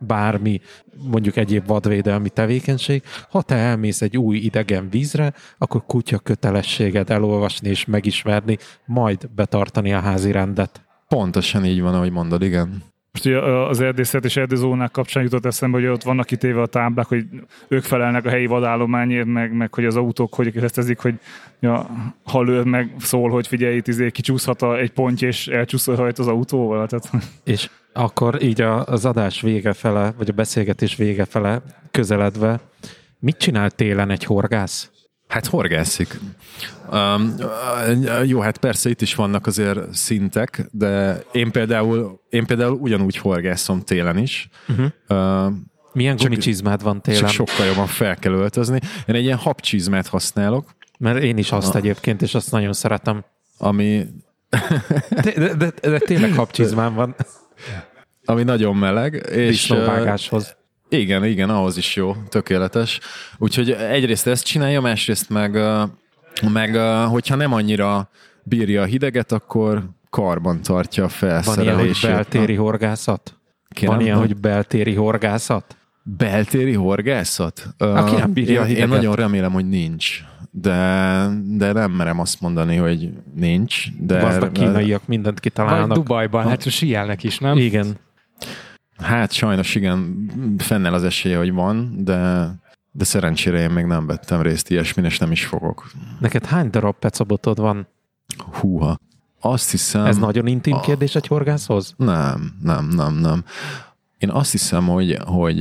bármi, mondjuk egyéb vadvédelmi tevékenység, ha te elmész egy új idegen vízre, akkor kutya kötelességed elolvasni és megismerni, majd betartani a házi rendet. Pontosan így van, ahogy mondod, igen. Most ugye az erdészet és erdőzónák kapcsán jutott eszembe, hogy ott vannak kitéve a táblák, hogy ők felelnek a helyi vadállományért, meg, meg hogy az autók hogy keresztezik, hogy ja, ha lőd meg szól, hogy figyelj, izé, kicsúszhat a, egy pontja, és elcsúszhat rajta az autóval. Tehát... És akkor így az adás vége fele, vagy a beszélgetés vége fele közeledve, mit csinál télen egy horgász? Hát horgászik. Um, jó, hát persze itt is vannak azért szintek, de én például, én például ugyanúgy horgászom télen is. Uh-huh. Uh, Milyen gumicsizmád van télen? Csak sokkal jobban fel kell öltözni. Én egy ilyen habcsizmát használok. Mert én is azt a... egyébként, és azt nagyon szeretem. Ami... de, de, de, de tényleg habcsizmám van. Ami nagyon meleg. És disznóvágáshoz. Igen, igen, ahhoz is jó, tökéletes. Úgyhogy egyrészt ezt csinálja, másrészt meg, meg hogyha nem annyira bírja a hideget, akkor karban tartja a felszerelését. Van ilyen, hogy beltéri horgászat? Kérem, Van ilyen, hogy beltéri horgászat? Beltéri horgászat? Aki nem bírja a hideget. Én nagyon remélem, hogy nincs. De, de nem merem azt mondani, hogy nincs. De Gazdag kínaiak mindent kitalálnak. Vagy Dubajban, hát síelnek is, nem? Igen. Hát sajnos igen, fennel az esélye, hogy van, de, de szerencsére én még nem vettem részt ilyesmin, és nem is fogok. Neked hány darab pecabotod van? Húha. Azt hiszem... Ez nagyon intim kérdés egy horgászhoz? Nem, nem, nem, nem. Én azt hiszem, hogy, hogy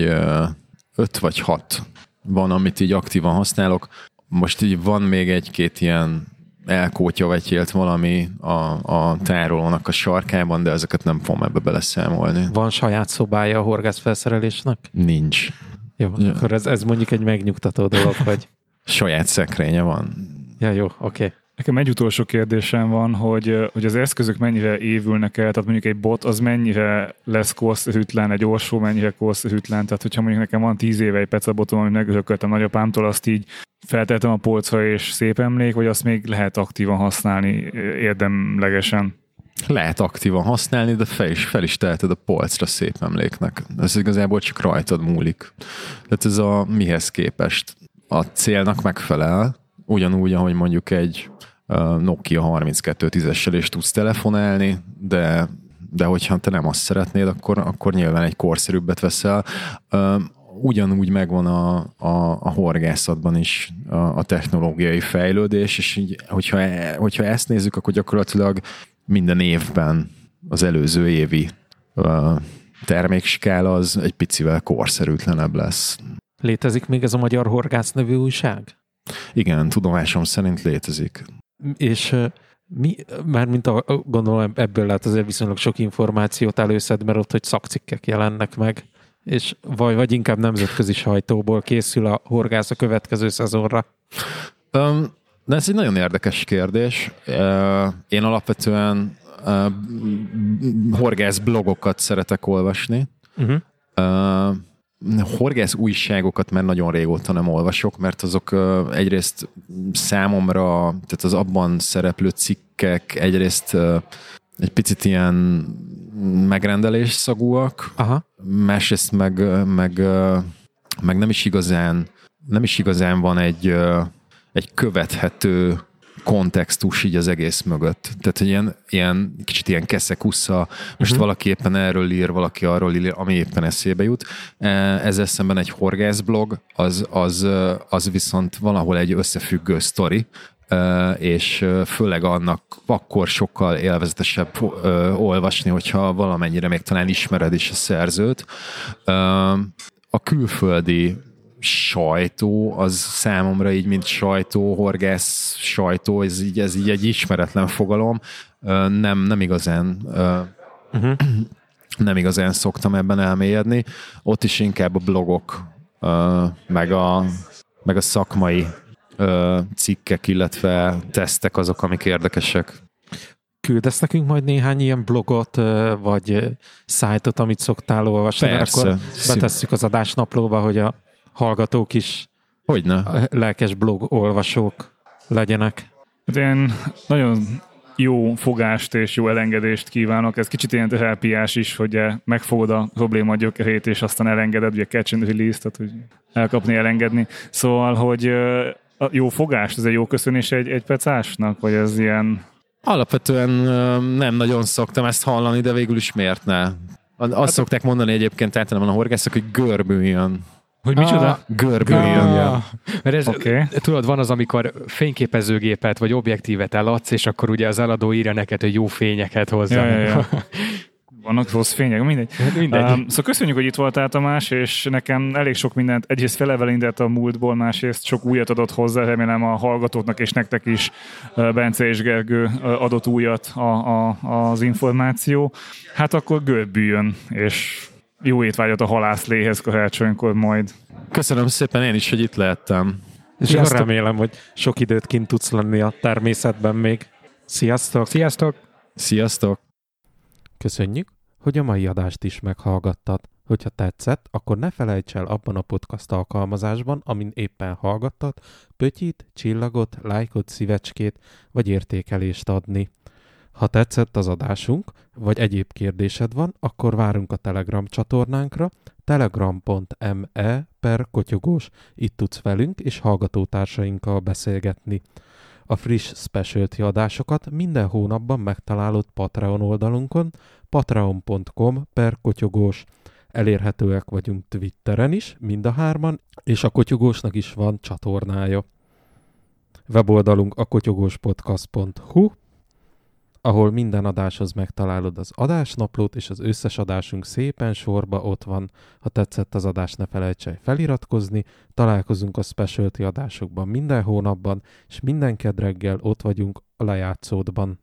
öt vagy hat van, amit így aktívan használok. Most így van még egy-két ilyen elkótya vetyélt valami a, a tárolónak a sarkában, de ezeket nem fogom ebbe beleszámolni. Van saját szobája a horgászfelszerelésnek? Nincs. Jó, ja. Akkor ez, ez mondjuk egy megnyugtató dolog, hogy... Saját szekrénye van. Ja, jó, oké. Okay. Nekem egy utolsó kérdésem van, hogy, hogy az eszközök mennyire évülnek el, tehát mondjuk egy bot az mennyire lesz korszerűtlen, egy orsó mennyire korszerűtlen, tehát hogyha mondjuk nekem van tíz éve egy pecabotom, amit megörököltem nagyapámtól, azt így feltettem a polcra és szép emlék, vagy azt még lehet aktívan használni érdemlegesen? Lehet aktívan használni, de fel is, fel is teheted a polcra szép emléknek. Ez igazából csak rajtad múlik. Tehát ez a mihez képest a célnak megfelel, ugyanúgy, ahogy mondjuk egy Nokia harminckettő tízessel is tudsz telefonálni, de, de hogyha te nem azt szeretnéd, akkor, akkor nyilván egy korszerűbbet veszel. Ugyanúgy megvan a, a, a horgászatban is a, a technológiai fejlődés, és így, hogyha, hogyha ezt nézzük, akkor gyakorlatilag minden évben az előző évi termékskála az egy picivel korszerűtlenebb lesz. Létezik még ez a Magyar Horgász nevű újság? Igen, tudomásom szerint létezik. És mi, már mint a, gondolom ebből lehet azért viszonylag sok információt előszed, mert ott, hogy szakcikkek jelennek meg, és vagy, vagy inkább nemzetközi sajtóból készül a horgász a következő szezonra? Um, de ez egy nagyon érdekes kérdés. Uh, én alapvetően uh, horgász blogokat szeretek olvasni. Uh-huh. Uh, horgász újságokat már nagyon régóta nem olvasok, mert azok uh, egyrészt számomra, tehát az abban szereplő cikkek egyrészt uh, egy picit ilyen megrendelés szagúak, aha. Másrészt meg, meg, meg nem is igazán nem is igazán van egy, egy követhető kontextus így az egész mögött. Tehát, hogy ilyen, ilyen kicsit ilyen keszekusza, most uh-huh. valaki éppen erről ír, valaki arról ír, ami éppen eszébe jut. Ezzel szemben egy horgászblog, az, az, az viszont valahol egy összefüggő sztori, és főleg annak akkor sokkal élvezetesebb olvasni, hogyha valamennyire még talán ismered is a szerzőt. A külföldi sajtó, az számomra így, mint sajtó, horgász sajtó, ez így, ez így egy ismeretlen fogalom. Nem, nem igazán uh-huh. nem igazán szoktam ebben elmélyedni. Ott is inkább a blogok, meg a, meg a szakmai cikkek, illetve tesztek azok, amik érdekesek. Küldesz nekünk majd néhány ilyen blogot, vagy szájtot, amit szoktál olvasni? Persze. Akkor betesszük az adásnaplóba, hogy a hallgatók is Hogyne. lelkes blog olvasók legyenek. Hát én nagyon jó fogást és jó elengedést kívánok. Ez kicsit ilyen terápiás is, hogy megfogod a probléma gyökerét, és aztán elengeded, ugye catch and release, tehát hogy elkapni, elengedni. Szóval, hogy a jó fogás, ez egy jó köszönés egy, egy pecásnak, vagy ez ilyen... Alapvetően nem nagyon szoktam ezt hallani, de végül is miért ne? Azt hát, szokták mondani egyébként általában a horgászok, hogy görbüljön. Hogy micsoda? Ah, görbüljön. Ah, mert ez, okay. Tudod, van az, amikor fényképezőgépet vagy objektívet eladsz, és akkor ugye az eladó írja neked, hogy jó fényeket hozzá. Ja, ja, ja. Vannak rossz fények, mindegy. mindegy. Um, szóval köszönjük, hogy itt voltál, Tamás, és nekem elég sok mindent, egyrészt felevelindett a múltból, másrészt sok újat adott hozzá, remélem a hallgatóknak és nektek is Bence és Gergő adott újat a, a, az információ. Hát akkor görbüljön, és jó étvágyat a halászléhez karácsonykor majd. Köszönöm szépen én is, hogy itt lehettem. És Sziasztok. Remélem, hogy sok időt kint tudsz lenni a természetben még. Sziasztok! Sziasztok! Sziasztok! Köszönjük, hogy a mai adást is meghallgattad. Hogyha tetszett, akkor ne felejts el abban a podcast alkalmazásban, amin éppen hallgattad, pötyit, csillagot, lájkot, szívecskét vagy értékelést adni. Ha tetszett az adásunk, vagy egyéb kérdésed van, akkor várunk a Telegram csatornánkra, telegram.me per kotyogós. Itt tudsz velünk és hallgatótársainkkal beszélgetni. A friss specialty adásokat minden hónapban megtalálod Patreon oldalunkon, patreon.com per kotyogós. Elérhetőek vagyunk Twitteren is, mind a hárman, és a Kotyogósnak is van csatornája. Weboldalunk a kotyogóspodcast pont hu, ahol minden adáshoz megtalálod az adásnaplót, és az összes adásunk szépen sorba ott van. Ha tetszett az adás, ne felejts el feliratkozni. Találkozunk a specialty adásokban minden hónapban, és minden kedd reggel ott vagyunk a lejátszódban.